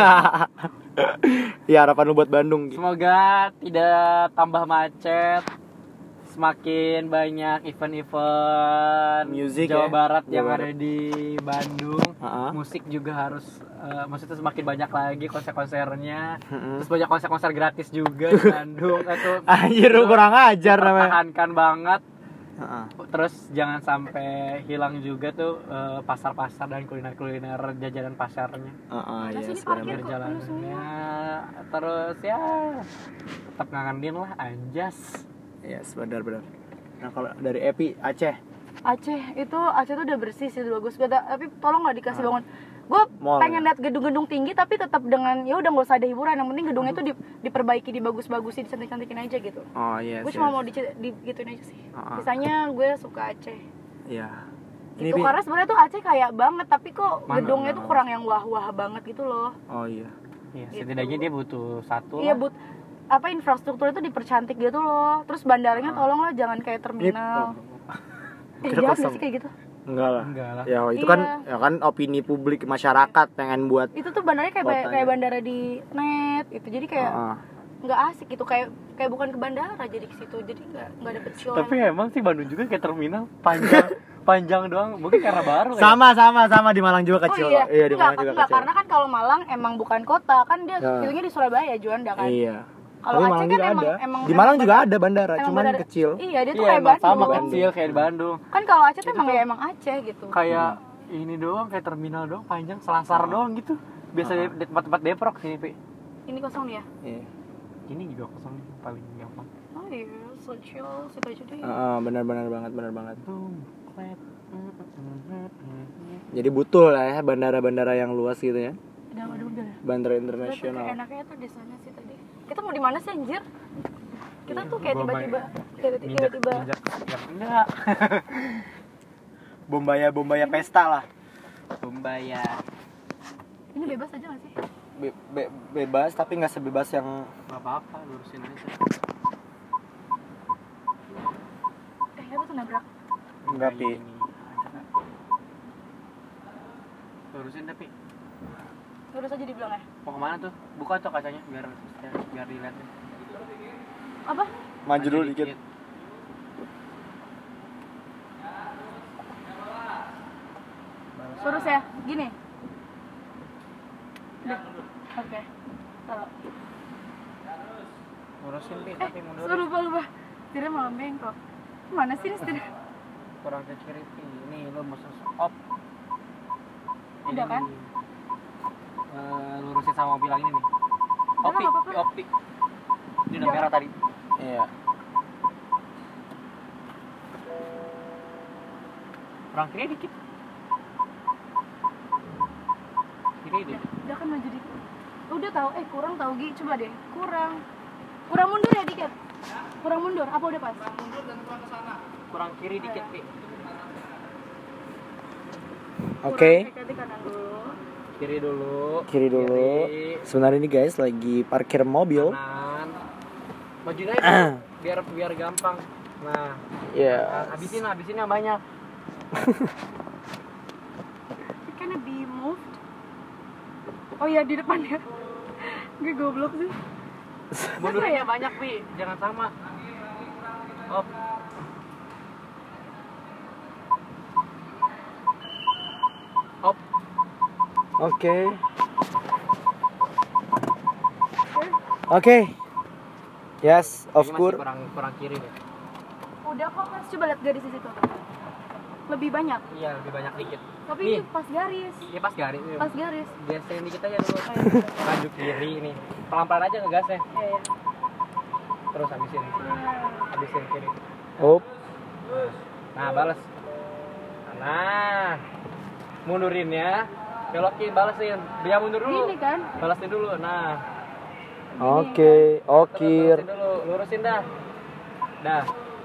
[SPEAKER 1] Ya harapan lu buat Bandung.
[SPEAKER 2] Semoga tidak tambah macet. Semakin banyak event-event
[SPEAKER 1] Music
[SPEAKER 2] Jawa
[SPEAKER 1] ya?
[SPEAKER 2] Barat
[SPEAKER 1] Jawa
[SPEAKER 2] yang
[SPEAKER 1] Barat.
[SPEAKER 2] ada di Bandung.
[SPEAKER 1] Ha-ha.
[SPEAKER 2] Musik juga harus eh, maksudnya semakin banyak lagi konser-konsernya.
[SPEAKER 1] Mm-mm.
[SPEAKER 2] Terus banyak konser-konser gratis juga di Bandung. Itu
[SPEAKER 1] Anjir lu kurang ajar namanya.
[SPEAKER 2] pertahankan banget.
[SPEAKER 1] Ha-ha.
[SPEAKER 2] Terus jangan sampai hilang juga tuh eh, pasar-pasar dan kuliner-kuliner jajanan pasarnya.
[SPEAKER 1] Heeh,
[SPEAKER 3] Ada
[SPEAKER 1] iya
[SPEAKER 3] sini
[SPEAKER 1] yes,
[SPEAKER 3] parkir
[SPEAKER 1] benar.
[SPEAKER 3] kok.
[SPEAKER 2] Perjalanannya terus ya tetap ngangenin lah anjas.
[SPEAKER 1] Yes, benar-benar. Nah, kalau dari Epi Aceh,
[SPEAKER 3] Aceh itu Aceh tuh udah bersih sih, udah bagus banget. Tapi tolong nggak dikasih bangun. Gue
[SPEAKER 1] Mall,
[SPEAKER 3] pengen
[SPEAKER 1] ya?
[SPEAKER 3] lihat gedung-gedung tinggi tapi tetap dengan ya udah nggak usah ada hiburan. Yang penting gedungnya tuh di, diperbaiki, dibagus-bagusin, dicantik-cantikin aja gitu.
[SPEAKER 1] oh yes.
[SPEAKER 3] Gue cuma
[SPEAKER 1] yes.
[SPEAKER 3] mau di, di gituin aja sih.
[SPEAKER 1] Ah, ah.
[SPEAKER 3] Sisanya gue suka Aceh.
[SPEAKER 1] Iya.
[SPEAKER 3] Itu
[SPEAKER 1] Pi-
[SPEAKER 3] karena sebenarnya tuh Aceh kayak banget tapi kok
[SPEAKER 2] Mana?
[SPEAKER 3] gedungnya tuh kurang yang wah-wah banget gitu loh.
[SPEAKER 1] Oh iya.
[SPEAKER 2] Ya,
[SPEAKER 3] Gitu.
[SPEAKER 2] setidaknya dia butuh satu
[SPEAKER 3] Iya,
[SPEAKER 2] lah.
[SPEAKER 3] but apa infrastruktur itu dipercantik gitu loh. Terus bandaranya tolong lah jangan kayak terminal. Eh,
[SPEAKER 1] Kira
[SPEAKER 3] jahat
[SPEAKER 1] kosong.
[SPEAKER 3] gak sih kayak gitu?
[SPEAKER 1] Enggak lah.
[SPEAKER 2] Enggak lah.
[SPEAKER 1] Ya itu
[SPEAKER 3] Iya.
[SPEAKER 1] kan ya kan opini publik masyarakat pengen buat
[SPEAKER 3] Itu tuh bandaranya kayak
[SPEAKER 1] Kota,
[SPEAKER 3] kayak
[SPEAKER 1] ya.
[SPEAKER 3] bandara di net itu. Jadi kayak
[SPEAKER 1] Heeh.
[SPEAKER 3] nggak asik gitu, kayak kayak bukan ke bandara jadi ke situ. Jadi nggak nggak dapet show.
[SPEAKER 2] Tapi emang sih Bandung juga kayak terminal panjang panjang doang. Mungkin karena baru ya.
[SPEAKER 1] sama sama sama di Malang juga kecil.
[SPEAKER 3] Oh iya,
[SPEAKER 1] kok. Iya di
[SPEAKER 3] enggak,
[SPEAKER 1] Malang juga
[SPEAKER 3] enggak,
[SPEAKER 1] kecil.
[SPEAKER 3] karena kan kalau Malang emang bukan kota, kan dia
[SPEAKER 1] Ya.
[SPEAKER 3] hitungnya di Surabaya Juanda kan.
[SPEAKER 1] Iya.
[SPEAKER 3] Kalau
[SPEAKER 1] Tapi
[SPEAKER 3] Aceh
[SPEAKER 1] Malang
[SPEAKER 3] kan
[SPEAKER 1] juga
[SPEAKER 3] emang,
[SPEAKER 1] ada.
[SPEAKER 3] emang
[SPEAKER 1] Di Malang
[SPEAKER 3] emang
[SPEAKER 1] juga
[SPEAKER 3] bandara-
[SPEAKER 1] ada bandara,
[SPEAKER 3] emang
[SPEAKER 1] cuman
[SPEAKER 3] bandara-
[SPEAKER 1] kecil.
[SPEAKER 3] Iya, dia tuh
[SPEAKER 2] Iya,
[SPEAKER 3] kayak
[SPEAKER 2] emang sama
[SPEAKER 3] Bandung.
[SPEAKER 2] kecil kayak di Bandung.
[SPEAKER 3] Kan kalau Aceh tuh
[SPEAKER 2] Itu
[SPEAKER 3] emang
[SPEAKER 2] tuh-
[SPEAKER 3] ya emang Aceh gitu.
[SPEAKER 2] Kayak ini doang kayak terminal doang panjang selasar doang gitu. Biasa di di tempat-tempat Depok sini, Pi.
[SPEAKER 3] Ini kosong nih ya.
[SPEAKER 1] Iya.
[SPEAKER 2] Ini juga kosong nih, paling gampang.
[SPEAKER 3] Oh iya, so chill, situ aja deh.
[SPEAKER 1] Heeh, benar-benar banget, benar banget.
[SPEAKER 2] Boom, clap.
[SPEAKER 1] Jadi butuh lah ya bandara-bandara yang luas gitu ya.
[SPEAKER 3] Udah, udah, udah.
[SPEAKER 1] Bandara
[SPEAKER 3] Udah tuh
[SPEAKER 1] internasional.
[SPEAKER 3] kayak enaknya tuh di sana sih tadi. Kita mau di mana sih anjir? Kita tuh kayak
[SPEAKER 2] Gua
[SPEAKER 3] tiba-tiba kayak
[SPEAKER 2] Minjak,
[SPEAKER 3] tiba-tiba
[SPEAKER 2] minjak. Ya, enggak.
[SPEAKER 1] Bombaya Bombaya pesta lah.
[SPEAKER 2] Bombaya.
[SPEAKER 3] ini bebas aja gak sih?
[SPEAKER 1] Be- be- bebas tapi nggak sebebas yang
[SPEAKER 2] Enggak apa-apa, lurusin aja.
[SPEAKER 3] Eh, apa tuh nabrak?
[SPEAKER 1] enggak pi.
[SPEAKER 2] Lurusin tapi
[SPEAKER 3] Lurus aja dibilang ya?
[SPEAKER 2] mau kemana tuh? Buka tuh kacanya biar biar, biar dilihatin.
[SPEAKER 3] Apa?
[SPEAKER 1] Maju dulu dikit.
[SPEAKER 3] Lurus ya? Gini? Oke. Salah.
[SPEAKER 2] Lurusin Pi,
[SPEAKER 3] Eh,
[SPEAKER 2] tapi mundur.
[SPEAKER 3] suruh lupa lupa. Setirnya malah bengkok. Mana sih ini setir?
[SPEAKER 2] Kurang ke kiri Pi. Ini lu mesti op.
[SPEAKER 3] Udah kan?
[SPEAKER 2] Eh, lurusin sama mobil yang ini nih.
[SPEAKER 3] Udah,
[SPEAKER 2] Opti,
[SPEAKER 3] nggak apa-apa.
[SPEAKER 2] opti. Ini udah
[SPEAKER 3] Udah.
[SPEAKER 2] merah tadi.
[SPEAKER 1] Iya.
[SPEAKER 2] Kurang kiri dikit. Kiri dikit.
[SPEAKER 3] Udah kan maju dikit. Udah tahu, eh kurang tahu Gi, coba deh. Kurang. Kurang mundur ya dikit. Kurang mundur, apa udah pas?
[SPEAKER 2] Kurang kiri dikit Pi.
[SPEAKER 1] Oke.
[SPEAKER 3] Kurang, hati-hati kanan dulu.
[SPEAKER 2] Kiri dulu.
[SPEAKER 1] Kiri dulu.
[SPEAKER 2] Kiri.
[SPEAKER 1] Sebenarnya ini guys lagi parkir mobil.
[SPEAKER 2] Kanan. Majuin aja biar biar gampang. Nah,
[SPEAKER 1] Ya.
[SPEAKER 2] habisin habisin yang banyak.
[SPEAKER 3] Can it be moved? Oh iya di depannya. Gue goblok sih.
[SPEAKER 2] Mundurinnya banyak Pi, jangan sama. Op. Op.
[SPEAKER 1] Oke. Oke. Yes, of
[SPEAKER 2] Ini masih
[SPEAKER 1] course.
[SPEAKER 2] kurang kurang kiri deh.
[SPEAKER 3] Udah kok Mas, coba lihat garis di situ. Lebih banyak.
[SPEAKER 2] Iya, lebih banyak dikit.
[SPEAKER 3] Tapi
[SPEAKER 2] Nih.
[SPEAKER 3] ini pas garis.
[SPEAKER 2] Iya pas garis.
[SPEAKER 3] Pas garis.
[SPEAKER 2] Geserin dikit aja dulu.
[SPEAKER 3] Oh, iya.
[SPEAKER 2] Maju kiri ini. Pelan-pelan aja ngegasnya.
[SPEAKER 3] Iya, iya.
[SPEAKER 2] Terus habisin. Habisin kiri.
[SPEAKER 1] Up.
[SPEAKER 2] Nah, balas. Nah. Mundurin ya. Belokin, balesin. Dia mundur dulu.
[SPEAKER 3] Ini kan.
[SPEAKER 2] Balasin dulu. Nah.
[SPEAKER 1] Oke,
[SPEAKER 2] Terus
[SPEAKER 1] okir.
[SPEAKER 2] lurusin dulu, lurusin dah. Dah.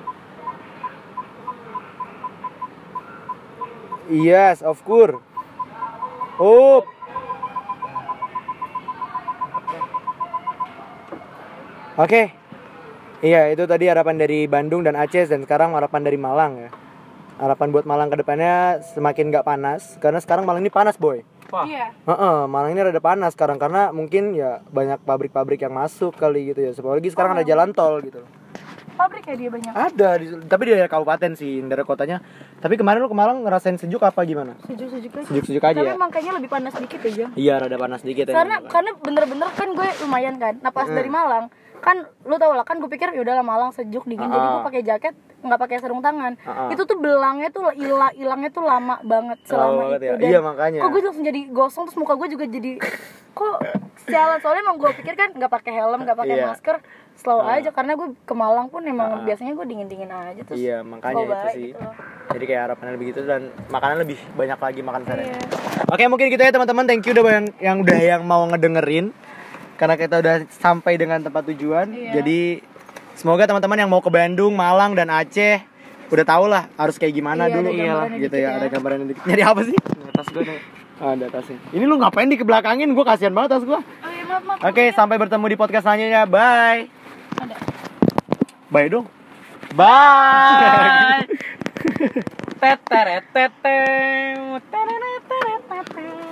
[SPEAKER 1] Yes, of course. Up. Oke. Iya, itu tadi harapan dari Bandung dan Aceh, dan sekarang harapan dari Malang ya. Harapan buat Malang ke depannya semakin gak panas, karena sekarang Malang ini panas, boy.
[SPEAKER 2] Wah.
[SPEAKER 3] Iya.
[SPEAKER 1] Heeh, Malang ini rada panas sekarang karena mungkin ya banyak pabrik-pabrik yang masuk kali gitu ya. Apalagi sekarang ada jalan tol gitu.
[SPEAKER 3] Pabrik ya dia banyak.
[SPEAKER 1] Ada, di, tapi di daerah kabupaten sih, dari kotanya. Tapi kemarin lu ke Malang ngerasain sejuk apa gimana?
[SPEAKER 3] Sejuk-sejuk aja.
[SPEAKER 1] Sejuk-sejuk aja
[SPEAKER 3] Tapi
[SPEAKER 1] ya?
[SPEAKER 3] emang kayaknya lebih panas dikit aja.
[SPEAKER 1] Iya, rada panas dikit ya.
[SPEAKER 3] Karena karena bener-bener kan gue lumayan kan. Nah pas
[SPEAKER 1] Hmm.
[SPEAKER 3] dari Malang kan lu tau lah kan gue pikir yaudah lah Malang sejuk dingin, jadi gue
[SPEAKER 1] Ah.
[SPEAKER 3] pakai jaket nggak pakai sarung tangan.
[SPEAKER 1] Ah, ah.
[SPEAKER 3] Itu tuh belangnya tuh hilang hilangnya tuh lama banget selama
[SPEAKER 1] banget
[SPEAKER 3] itu.
[SPEAKER 1] ya.
[SPEAKER 3] Dan
[SPEAKER 1] Iya, makanya.
[SPEAKER 3] kok gue langsung jadi gosong, terus muka gue juga jadi kok sialan, soalnya emang gue pikir kan nggak pakai helm nggak pakai
[SPEAKER 1] Iya.
[SPEAKER 3] masker slow
[SPEAKER 1] Ah.
[SPEAKER 3] aja, karena gue ke Malang pun emang
[SPEAKER 1] Ah.
[SPEAKER 3] biasanya gue dingin dingin aja terus.
[SPEAKER 1] Iya, makanya
[SPEAKER 3] slow
[SPEAKER 1] itu
[SPEAKER 3] baik
[SPEAKER 1] sih.
[SPEAKER 3] gitu loh.
[SPEAKER 1] Jadi kayak harapannya lebih gitu dan makanan lebih banyak lagi makan sana.
[SPEAKER 3] Iya.
[SPEAKER 1] Oke, mungkin gitu ya teman-teman. Thank you udah yang yang udah yang mau ngedengerin. Karena kita udah sampai dengan tempat tujuan.
[SPEAKER 3] Iya.
[SPEAKER 1] Jadi semoga teman-teman yang mau ke Bandung, Malang dan Aceh udah tau lah harus kayak gimana
[SPEAKER 3] Iya,
[SPEAKER 1] dulu
[SPEAKER 3] ada gambarannya
[SPEAKER 1] gitu
[SPEAKER 3] dikit
[SPEAKER 1] ya.
[SPEAKER 3] ya.
[SPEAKER 1] Ada gambaran dikit. Nyari apa sih?
[SPEAKER 2] Tas gue nih.
[SPEAKER 1] Oh, ada tasnya. Ini lu ngapain di kebelakangin? Gue kasihan banget tas gue.
[SPEAKER 3] Oh iya, maaf, maaf.
[SPEAKER 1] Oke, sampai bertemu di podcast selanjutnya. Bye.
[SPEAKER 3] Ada.
[SPEAKER 1] Bye dong.
[SPEAKER 2] Bye. Teteret teteu. Teteret teteu.